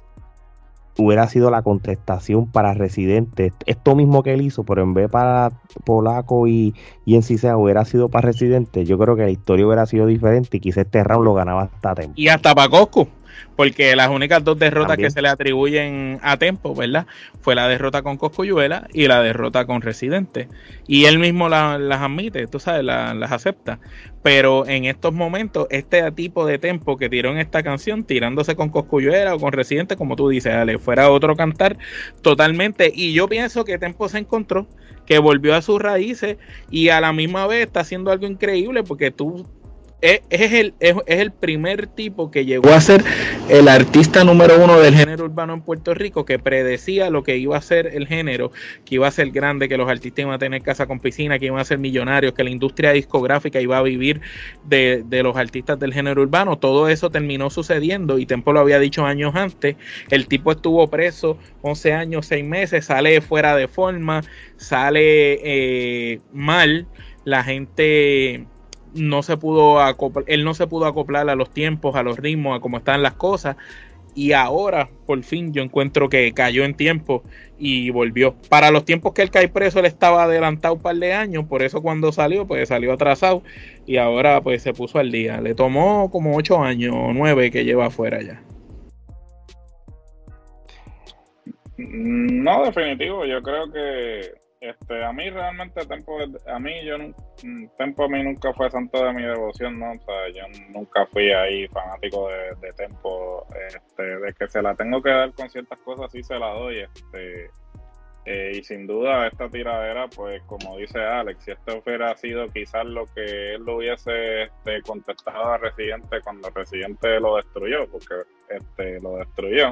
hubiera sido la contestación para Residente? Esto mismo que él hizo, pero en vez para Polaco y, y en sí sea hubiera sido para Residente, yo creo que la historia hubiera sido diferente y quizás este round lo ganaba hasta Tempo. Y hasta para Coscu, porque las únicas dos derrotas También que se le atribuyen a Tempo, ¿verdad? Fue la derrota con Cosculluela y la derrota con Residente. Y él mismo la, las admite, tú sabes, la, las acepta. Pero en estos momentos, este tipo de Tempo que tiró en esta canción, tirándose con Cosculluela o con Residente, como tú dices, Ale, fuera otro cantar totalmente. Y yo pienso que Tempo se encontró, que volvió a sus raíces y a la misma vez está haciendo algo increíble, porque tú Es, es, el, es, es el primer tipo que llegó a ser el artista número uno del género urbano en Puerto Rico, que predecía lo que iba a ser el género, que iba a ser grande, que los artistas iban a tener casa con piscina, que iban a ser millonarios, que la industria discográfica iba a vivir de, de los artistas del género urbano. Todo eso terminó sucediendo y Tempo lo había dicho años antes. El tipo estuvo preso once años, seis meses, sale fuera de forma, sale eh, mal, la gente no se pudo acoplar, él no se pudo acoplar a los tiempos, a los ritmos, a cómo están las cosas, y ahora por fin yo encuentro que cayó en tiempo y volvió. Para los tiempos que él cae preso, él estaba adelantado un par de años, por eso cuando salió, pues salió atrasado y ahora pues se puso al día. Le tomó como ocho años o nueve que lleva afuera ya. No, definitivo, yo creo que este a mí realmente Tempo, a mí yo Tempo a mí nunca fue santo de mi devoción, ¿no? O sea, yo nunca fui ahí fanático de, de Tempo, este, de que se la tengo que dar con ciertas cosas, sí se la doy, este, eh, y sin duda esta tiradera, pues como dice Alex, si esto hubiera sido quizás lo que él lo hubiese este, contestado a Residente cuando Residente lo destruyó, porque este lo destruyó.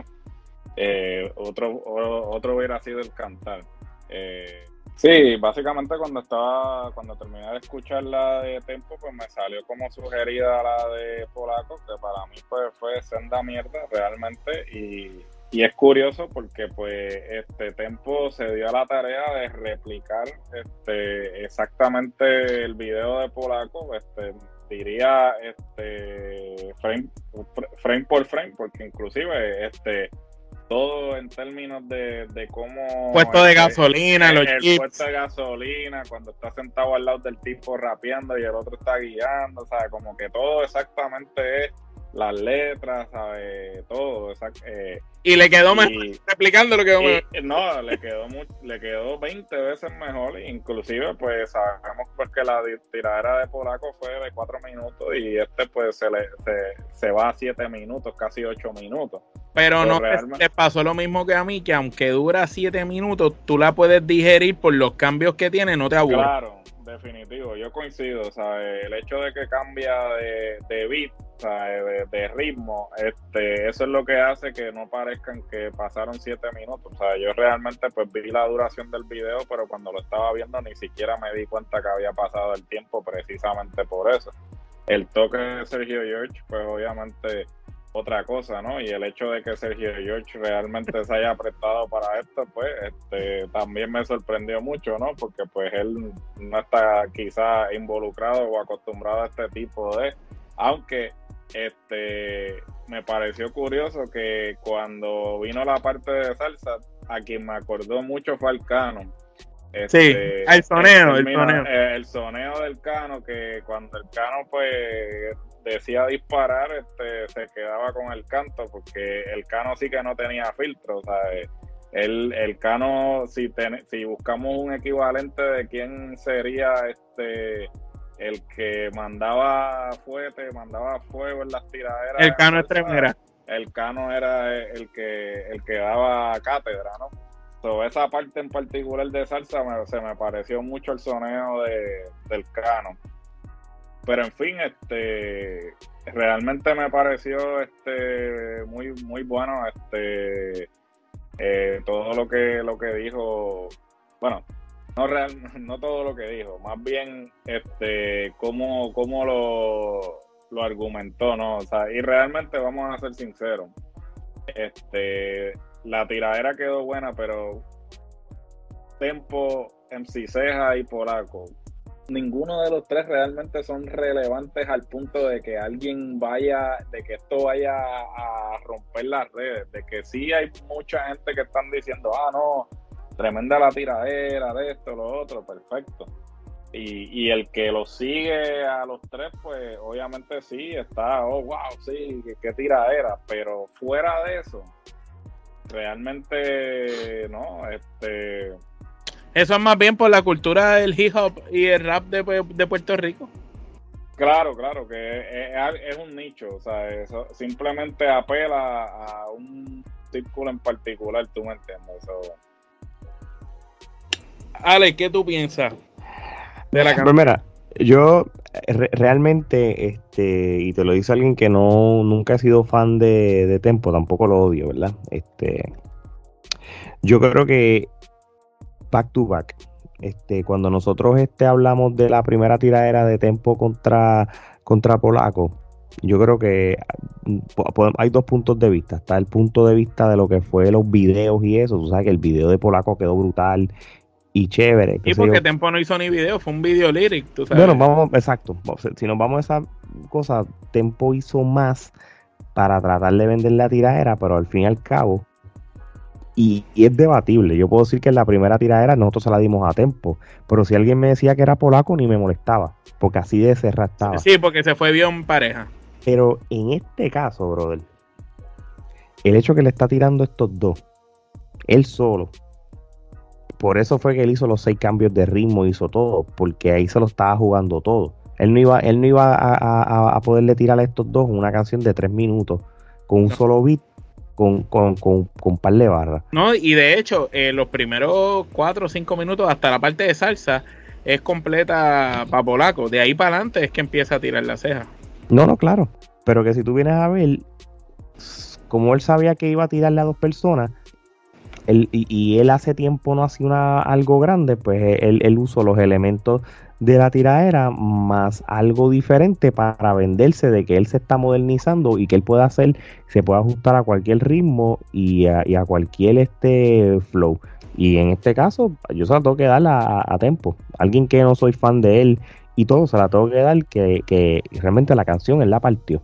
Eh, otro otro hubiera sido el cantar. Eh, sí, básicamente cuando estaba cuando terminé de escuchar la de Tempo, pues me salió como sugerida la de Polaco, que para mí pues fue senda mierda realmente, y, y es curioso porque pues este Tempo se dio a la tarea de replicar este exactamente el video de Polaco, este diría este frame, frame por frame, porque inclusive este todo en términos de, de cómo puesto de este, gasolina, el, los el chips. puesto de gasolina, cuando está sentado al lado del tipo rapeando y el otro está guiando, o sea, como que todo exactamente es las letras, ¿sabes? Todo, exact, eh, y le quedó y, mejor, replicando lo que quedó y, mejor. no, le quedó muy, le quedó veinte veces mejor, inclusive pues sabemos pues que la tiradera de Polaco fue de cuatro minutos y este pues se le se, se va a siete minutos, casi ocho minutos. Pero Pero no realmente, te pasó lo mismo que a mí, que aunque dura siete minutos, tú la puedes digerir por los cambios que tiene, no te aburre. claro, definitivo, yo coincido, o sea, el hecho de que cambia de, de beat, o sea, de, de ritmo, este, eso es lo que hace que no parezcan que pasaron siete minutos. O sea, yo realmente pues vi la duración del video, pero cuando lo estaba viendo ni siquiera me di cuenta que había pasado el tiempo, precisamente por eso. El toque de Sergio George, pues obviamente otra cosa, ¿no? Y el hecho de que Sergio George realmente se haya prestado para esto, pues este también me sorprendió mucho, ¿no? Porque pues él no está quizás involucrado o acostumbrado a este tipo de, aunque este me pareció curioso que cuando vino la parte de salsa, a quien me acordó mucho fue al Cano. Este, sí, el soneo, el, el, soneo. el soneo del Cano, que cuando el Cano pues decía disparar, este se quedaba con el canto, porque el Cano sí que no tenía filtro, o sea, el, el Cano, si, ten, si buscamos un equivalente de quién sería este el que mandaba fuete, mandaba fuego en las tiraderas, el Cano es tremera. El Cano era el que el que daba cátedra, ¿no? So, esa parte en particular de salsa me, se me pareció mucho el soneo de, del Cano. Pero en fin, este realmente me pareció este muy muy bueno este eh, todo lo que lo que dijo, bueno, no real, no todo lo que dijo, más bien este cómo, cómo lo, lo argumentó, ¿no? O sea, y realmente vamos a ser sinceros, este la tiradera quedó buena, pero Tempo, M C Ceja y Polaco, ninguno de los tres realmente son relevantes al punto de que alguien vaya, de que esto vaya a romper las redes, de que sí hay mucha gente que están diciendo, ah, no, tremenda la tiradera de esto, lo otro, perfecto. Y, y el que lo sigue a los tres, pues obviamente sí, está, oh, wow, sí, qué, qué tiradera, pero fuera de eso, realmente no, este... Eso es más bien por la cultura del hip hop y el rap de, de Puerto Rico. Claro, claro, que es, es un nicho, o sea, eso simplemente apela a un círculo en particular, tú me entiendes. Eso. Ale, ¿qué tú piensas de la pues mira, yo re- realmente, este, y te lo dice alguien que no nunca ha sido fan de, de Tempo, tampoco lo odio, ¿verdad? Este, yo creo que back to back, este, cuando nosotros este, hablamos de la primera tiradera de Tempo contra, contra Polaco, yo creo que hay dos puntos de vista. Está el punto de vista de lo que fue los videos y eso. Tú sabes que el video de Polaco quedó brutal y chévere. Y porque yo. Tempo no hizo ni video, fue un video lyric, tú sabes. Bueno, vamos, exacto. Si nos vamos a esa cosa, Tempo hizo más para tratar de vender la tiradera, pero al fin y al cabo, y, y es debatible. Yo puedo decir que en la primera tiradera nosotros se la dimos a Tempo, pero si alguien me decía que era Polaco, ni me molestaba, porque así de cerrada estaba. Sí, porque se fue bien pareja. Pero en este caso, brother, el hecho que le está tirando estos dos, él solo. Por eso fue que él hizo los seis cambios de ritmo, hizo todo, porque ahí se lo estaba jugando todo. Él no iba, él no iba a, a, a poderle tirar a estos dos una canción de tres minutos con un no. solo beat, con, con, con, con un par de barras. No, y de hecho, eh, los primeros cuatro o cinco minutos, hasta la parte de salsa, es completa para Polaco. De ahí para adelante es que empieza a tirar la ceja. No, no, claro. Pero que si tú vienes a ver, como él sabía que iba a tirarle a dos personas, él, y, y él hace tiempo no hacía una, algo grande, pues él, él usó los elementos de la tiradera más algo diferente para venderse de que él se está modernizando y que él puede hacer, se puede ajustar a cualquier ritmo y a, y a cualquier este flow. Y en este caso, yo se la tengo que dar a, a Tempo. Alguien que no soy fan de él y todo, se la tengo que dar que, que realmente la canción él la partió.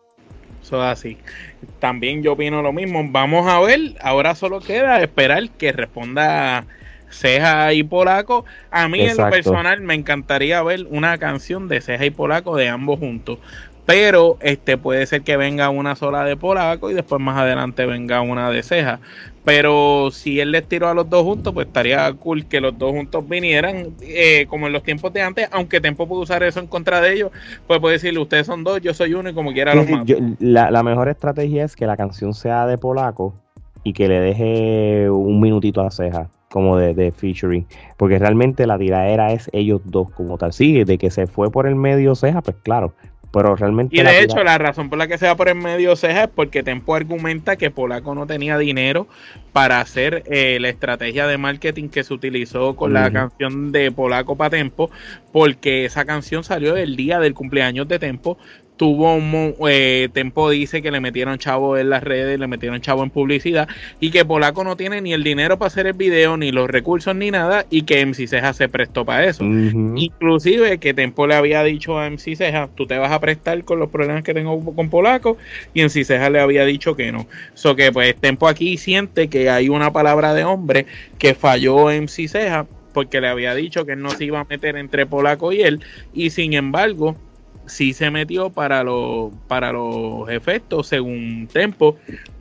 Eso es así. También yo opino lo mismo. Vamos a ver, ahora solo queda esperar que responda Ceja y Polaco. A mí Exacto. En lo personal me encantaría ver una canción de Ceja y Polaco de ambos juntos. Pero este puede ser que venga una sola de Polaco y después más adelante venga una de Ceja. Pero si él les tiró a los dos juntos, pues estaría cool que los dos juntos vinieran eh, como en los tiempos de antes, aunque Tempo puede usar eso en contra de ellos, pues puede decirle, ustedes son dos, yo soy uno y como quiera los mato. La, la mejor estrategia es que la canción sea de Polaco y que le deje un minutito a Ceja, como de, de featuring, porque realmente la tiradera es ellos dos como tal. Sí, de que se fue por el medio Ceja, pues claro. Pero realmente y de la hecho tira... la razón por la que se va por el medio Ceja es porque Tempo argumenta que Polaco no tenía dinero para hacer eh, la estrategia de marketing que se utilizó con uh-huh. la canción de Polaco para Tempo, porque esa canción salió el día del cumpleaños de Tempo. Tuvo un eh, Tempo dice que le metieron chavo en las redes, le metieron chavo en publicidad y que Polaco no tiene ni el dinero para hacer el video, ni los recursos, ni nada, y que M C Ceja se prestó para eso. Uh-huh. Inclusive que Tempo le había dicho a M C Ceja, tú te vas a prestar con los problemas que tengo con Polaco, y M C Ceja le había dicho que no. So que pues Tempo aquí siente que hay una palabra de hombre que falló M C Ceja porque le había dicho que él no se iba a meter entre Polaco y él, y sin embargo sí se metió para los para los efectos según Tempo.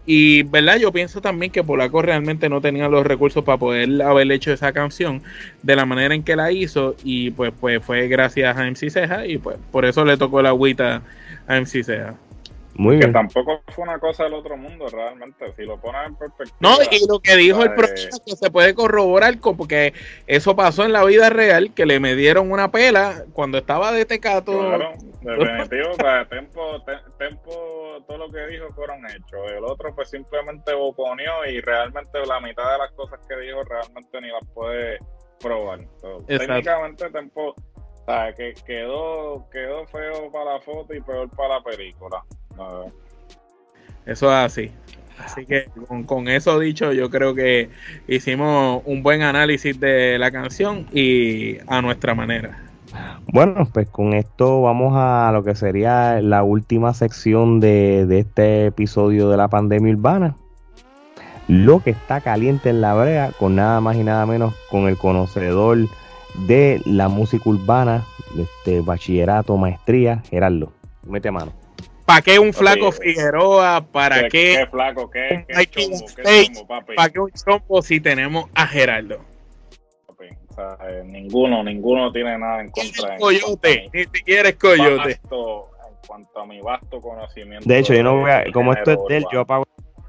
Y verdad, yo pienso también que Polaco realmente no tenía los recursos para poder haber hecho esa canción de la manera en que la hizo, y pues pues fue gracias a M C Ceja, y pues por eso le tocó la agüita a M C Ceja. Muy que bien. Tampoco fue una cosa del otro mundo realmente, si lo pones en perspectiva. No, y lo que dijo pues, el profesor que se puede corroborar, porque eso pasó en la vida real, que le me dieron una pela cuando estaba de tecato. Claro, definitivo, o sea, Tempo, te, Tempo, todo lo que dijo fueron hechos. El otro pues simplemente boconeó y realmente la mitad de las cosas que dijo realmente ni las puede probar. So, técnicamente Tempo, o sea, que quedó, quedó feo para la foto y peor para la película. Uh, Eso es así. Así que con, con eso dicho, yo creo que hicimos un buen análisis de la canción y a nuestra manera. Bueno, pues con esto vamos a lo que sería la última sección de, de este episodio de la pandemia urbana. Lo que está caliente en la brea, con nada más y nada menos con el conocedor de la música urbana, este bachillerato, maestría, Gerardo. Mete mano. ¿Para qué un flaco okay. Figueroa? ¿Para qué? ¿Qué, qué flaco? ¿Qué, qué chombo? ¿Qué chombo, papi? ¿Para qué un chombo si tenemos a Gerardo? Papi, o sea, eh, ninguno, ninguno tiene nada en contra. En coyote, ni siquiera es coyote. Vasto, en cuanto a mi vasto conocimiento. De hecho, yo no voy a, como esto es de él, yo apago.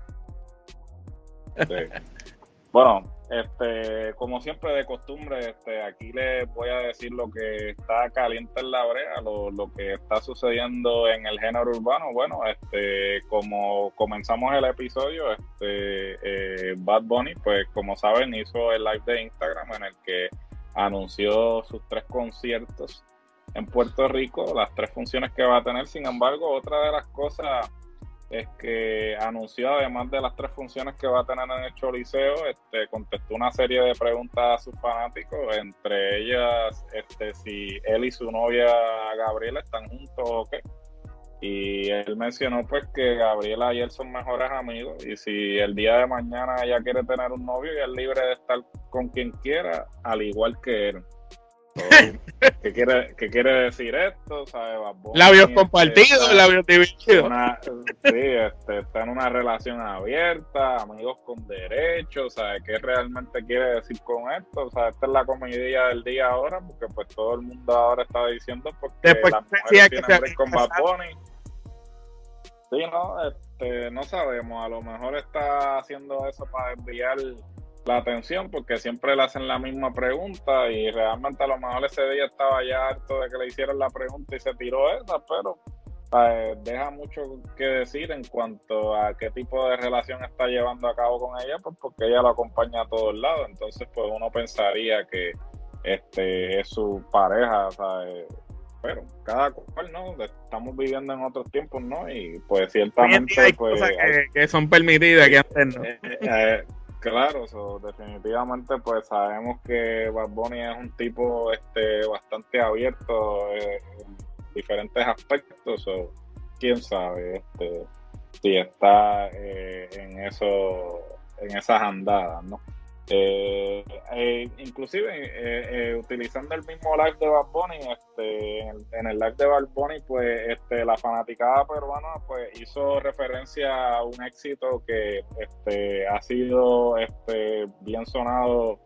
Sí. Bueno, este, como siempre de costumbre, este, aquí les voy a decir lo que está caliente en la brea, lo, lo que está sucediendo en el género urbano. Bueno, este, como comenzamos el episodio, este, eh, Bad Bunny, pues como saben, hizo el live de Instagram en el que anunció sus tres conciertos en Puerto Rico, las tres funciones que va a tener. Sin embargo, otra de las cosas es que anunció, además de las tres funciones que va a tener en el Choliseo, este, contestó una serie de preguntas a sus fanáticos, entre ellas este, si él y su novia Gabriela están juntos o qué. Y él mencionó pues que Gabriela y él son mejores amigos, y si el día de mañana ella quiere tener un novio, ella es libre de estar con quien quiera, al igual que él. ¿Qué quiere, ¿Qué quiere decir esto? ¿Sabe? Bad Bunny, Labios este, compartidos, está, labios divididos. una, sí, este, está en una relación abierta, amigos con derechos, ¿sabe? ¿Qué realmente quiere decir con esto? O sea, esta es la comedia del día ahora, porque pues todo el mundo ahora está diciendo porque Después las decía mujeres que tienen se break con Bad había Bunny. Sí, no, este, no sabemos, a lo mejor está haciendo eso para desviar la atención porque siempre le hacen la misma pregunta y realmente a lo mejor ese día estaba ya harto de que le hicieran la pregunta y se tiró esa, pero eh, deja mucho que decir en cuanto a qué tipo de relación está llevando a cabo con ella, pues porque ella lo acompaña a todos lados, entonces pues uno pensaría que este es su pareja, ¿sabes? Pero cada cual, ¿no? Estamos viviendo en otros tiempos, ¿no? Y pues ciertamente hay pues cosas hay, que, que son permitidas que antes no. eh, eh, claro, so, definitivamente pues sabemos que Bad Bunny es un tipo este bastante abierto eh, en diferentes aspectos, so, quién sabe este si está eh, en eso, en esas andadas, ¿no? Eh, eh, inclusive eh, eh, utilizando el mismo live de Bad Bunny, este, en, en el live de Bad Bunny, pues este, la fanaticada peruana pues hizo referencia a un éxito que este, ha sido este, bien sonado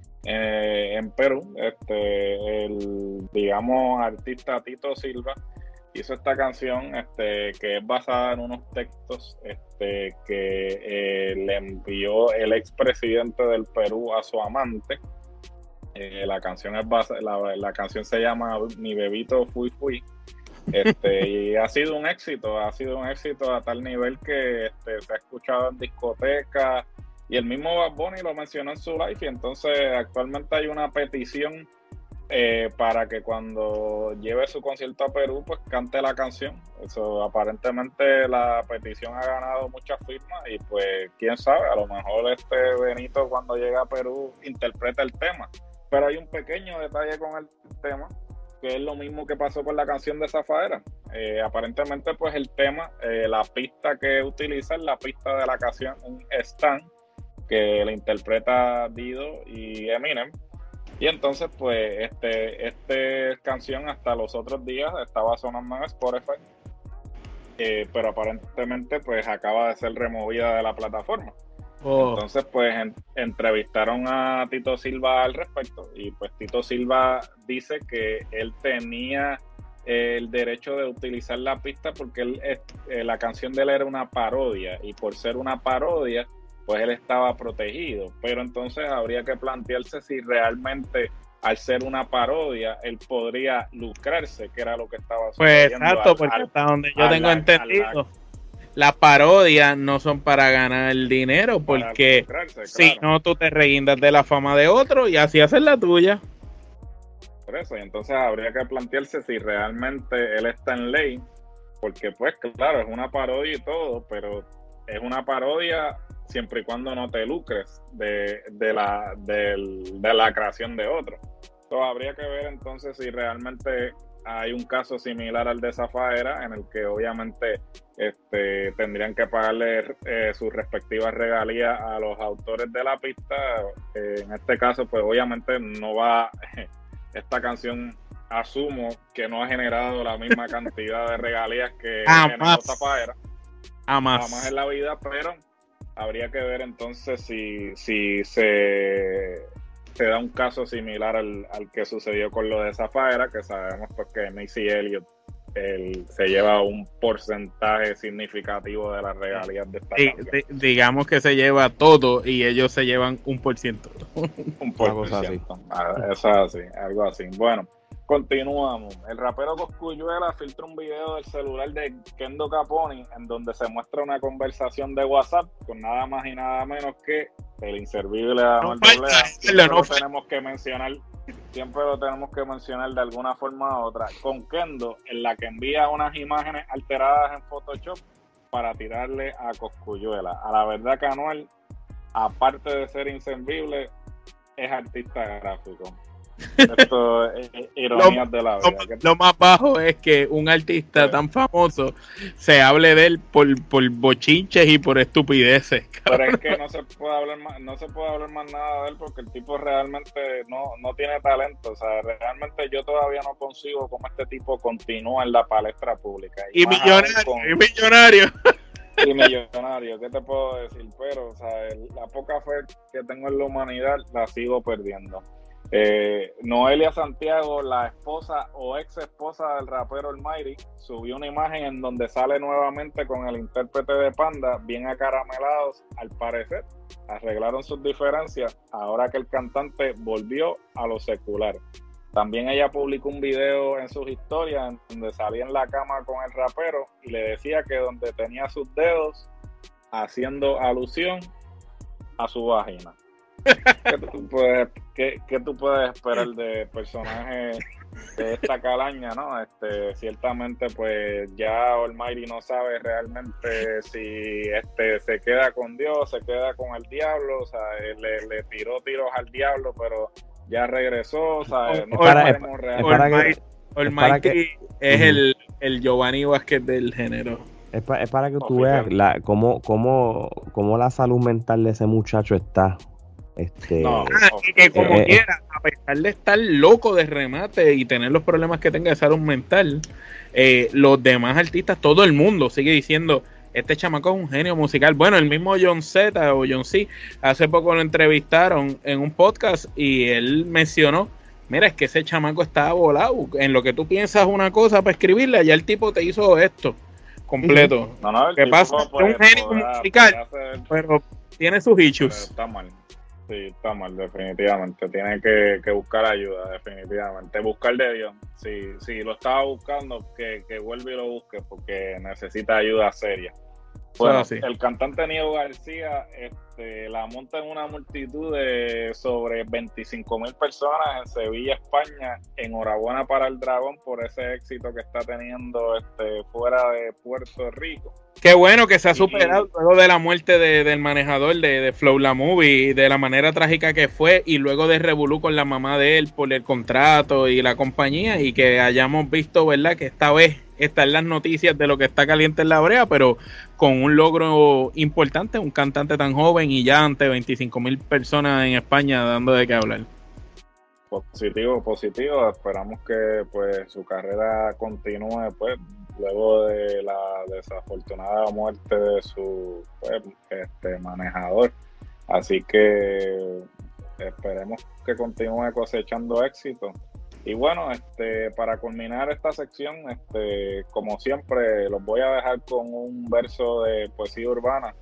eh, en Perú. Este, el digamos artista Tito Silva hizo esta canción este, que es basada en unos textos este, que eh, le envió el expresidente del Perú a su amante. Eh, la canción es basa, la, la canción se llama Mi Bebito Fui Fui. Este, y ha sido un éxito, ha sido un éxito a tal nivel que este, se ha escuchado en discotecas y el mismo Bad Bunny lo mencionó en su live y entonces actualmente hay una petición Eh, para que cuando lleve su concierto a Perú pues cante la canción. Eso aparentemente la petición ha ganado muchas firmas y pues quién sabe, a lo mejor este Benito cuando llegue a Perú interpreta el tema, pero hay un pequeño detalle con el tema que es lo mismo que pasó con la canción de Zafaera. Eh, aparentemente pues el tema, eh, la pista que utiliza es la pista de la canción un Stan que la interpreta Dido y Eminem. Y entonces, pues, este, este canción hasta los otros días estaba sonando en Spotify, eh, pero aparentemente, pues, acaba de ser removida de la plataforma. Oh. Entonces, pues, en, entrevistaron a Tito Silva al respecto y, pues, Tito Silva dice que él tenía eh, el derecho de utilizar la pista porque él, eh, la canción de él era una parodia y por ser una parodia, pues él estaba protegido, pero entonces habría que plantearse si realmente al ser una parodia él podría lucrarse, que era lo que estaba sucediendo. Pues exacto, al, porque al, hasta donde yo tengo la, entendido, las parodias no son para ganar dinero, porque si claro. no tú te reguindas de la fama de otro y así haces la tuya. Por eso, y entonces habría que plantearse si realmente él está en ley, porque pues claro, es una parodia y todo, pero es una parodia siempre y cuando no te lucres de, de, la, de, de la creación de otro. Entonces habría que ver entonces si realmente hay un caso similar al de Zafaera, en el que obviamente este, tendrían que pagarle eh, sus respectivas regalías a los autores de la pista. Eh, en este caso, pues obviamente no va, esta canción asumo que no ha generado la misma cantidad de regalías que generó Zafaera. Jamás. Jamás en la vida, pero habría que ver entonces si, si se, se da un caso similar al, al que sucedió con lo de Zafaera, que sabemos pues que Missy Elliott él, se lleva un porcentaje significativo de las regalías de esta sí, canción. D- digamos que se lleva todo y ellos se llevan un por ciento. un por ciento. Eso es así, algo así. Bueno, continuamos. El rapero Cosculluela filtra un video del celular de Kendo Caponi en donde se muestra una conversación de WhatsApp con nada más y nada menos que el inservible Anuel no A. Siempre no lo tenemos que mencionar, siempre lo tenemos que mencionar de alguna forma u otra. Con Kendo, en la que envía unas imágenes alteradas en Photoshop para tirarle a Cosculluela. A la verdad que Anuel, aparte de ser inservible, es artista gráfico. Esto es ironías de la vida. Lo, lo más bajo es que un artista tan famoso se hable de él por, por bochinches y por estupideces. Pero es que no se puede hablar más, no se puede hablar más nada de él porque el tipo realmente no, no tiene talento. O sea, realmente yo todavía no consigo cómo este tipo continúa en la palestra pública. Y, y millonario, con... y millonario. Y millonario, ¿qué te puedo decir? Pero, o sea, el, la poca fe que tengo en la humanidad la sigo perdiendo. Eh, Noelia Santiago, la esposa o ex esposa del rapero Almighty, subió una imagen en donde sale nuevamente con el intérprete de Panda, bien acaramelados. Al parecer, arreglaron sus diferencias ahora que el cantante volvió a lo secular. También ella publicó un video en sus historias en donde salía en la cama con el rapero y le decía que donde tenía sus dedos, haciendo alusión a su vagina. ¿Qué tú puedes, qué, qué tú puedes esperar de personajes de esta calaña, no? Este, ciertamente, pues ya Almighty no sabe realmente si este se queda con Dios, se queda con el diablo, o sea, le, le tiró tiros al diablo, pero ya regresó, o sea, no sabemos realmente. Almighty es el, el Giovanni Vázquez del género. Es, pa, es para que tú veas la, cómo, cómo, cómo la salud mental de ese muchacho está. Este, no, ah, y que como eh, quiera, a pesar de estar loco de remate y tener los problemas que tenga de salud mental, eh, los demás artistas, todo el mundo sigue diciendo, este chamaco es un genio musical. Bueno, el mismo John Z o John C, hace poco lo entrevistaron en un podcast y él mencionó, mira, es que ese chamaco está volado, en lo que tú piensas una cosa para escribirla, ya el tipo te hizo esto completo. No, no, ¿Qué pasa? Es un genio podrá, musical, podrá hacer... pero tiene sus issues. Está mal. Sí, está mal, definitivamente. Tiene que, que buscar ayuda, definitivamente. Buscar de Dios. Si, si lo estaba buscando, que, que vuelva y lo busque, porque necesita ayuda seria. Bueno, ah, sí. El cantante Niego García este, la monta en una multitud de sobre veinticinco mil personas en Sevilla, España. Enhorabuena para el Dragón por ese éxito que está teniendo este, fuera de Puerto Rico. Qué bueno que se ha superado y, luego de la muerte de, del manejador de, de Flow La Movie, de la manera trágica que fue, y luego de revolú con la mamá de él por el contrato y la compañía, y que hayamos visto, ¿verdad?, que esta vez están las noticias de lo que está caliente en la brea, pero con un logro importante, un cantante tan joven y ya ante veinticinco mil personas en España dando de qué hablar. Positivo, positivo. Esperamos que pues su carrera continúe pues luego de la desafortunada muerte de su pues, este manejador. Así que esperemos que continúe cosechando éxito. Y bueno, este, para culminar esta sección, este, como siempre, los voy a dejar con un verso de poesía urbana.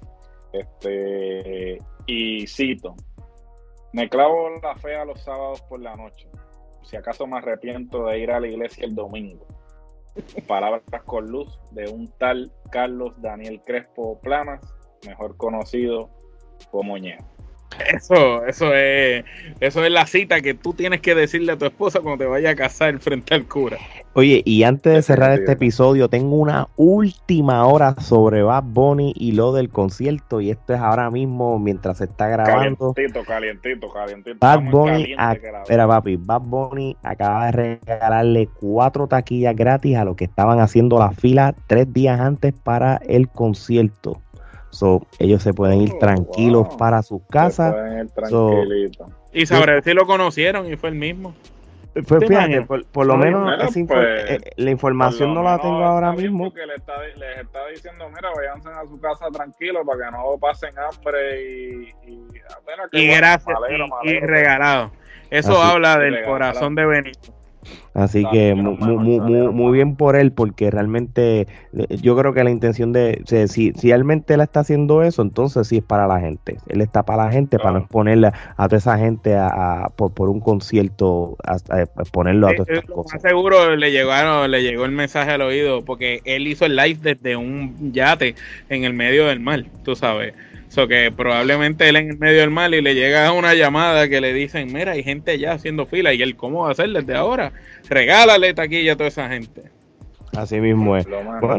Este, y cito: me clavo la fe a los sábados por la noche, si acaso me arrepiento de ir a la iglesia el domingo. Palabras con luz de un tal Carlos Daniel Crespo Planas, mejor conocido como Ñeo. Eso, eso es, eso es la cita que tú tienes que decirle a tu esposa cuando te vayas a casar frente al cura. Oye, y antes de cerrar este episodio, tengo una última hora sobre Bad Bunny y lo del concierto, y esto es ahora mismo mientras se está grabando. Calientito, calientito, calientito. Bad Bunny, a, era papi, Bad Bunny acaba de regalarle cuatro taquillas gratis a los que estaban haciendo la fila tres días antes para el concierto. So, ellos se pueden ir tranquilos oh, wow. para sus casas. Se pueden ir tranquilitos. So, y sabré si lo conocieron y fue el mismo. Pues fíjate, por, por lo menos mira, esa pues, eh, la información no la tengo ahora mismo. Que le está, les está diciendo, mira, váyanse a su casa tranquilos para que no pasen hambre y... Y, apenas que y bueno, gracias, malero, malero, y, y regalado. Eso así, habla del regalado. Corazón de Benito. Así ah, que muy, muy, muy, muy bien por él, porque realmente yo creo que la intención de, si, si, si realmente él está haciendo eso, entonces sí es para la gente. Él está para la gente, claro, para no exponerle a toda esa gente a, a, por, por un concierto, a, a exponerlo a todas estas eh, cosas. Seguro le llegaron, le llegó el mensaje al oído, porque él hizo el live desde un yate en el medio del mar, tú sabes. So que probablemente él en el medio del mar y le llega una llamada que le dicen, mira, hay gente ya haciendo fila, y él, ¿cómo va a hacer desde ahora? Regálale taquilla a toda esa gente. Así mismo es. Bueno,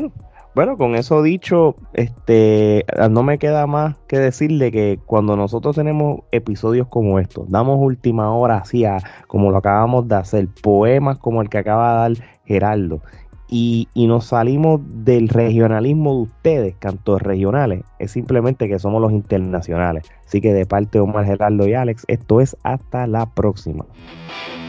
Bueno, con eso dicho, este, no me queda más que decirle que cuando nosotros tenemos episodios como estos, damos última hora así, a, como lo acabamos de hacer, poemas como el que acaba de dar Gerardo, y, y nos salimos del regionalismo de ustedes, cantos regionales, es simplemente que somos los internacionales. Así que de parte de Omar, Gerardo y Alex, esto es hasta la próxima.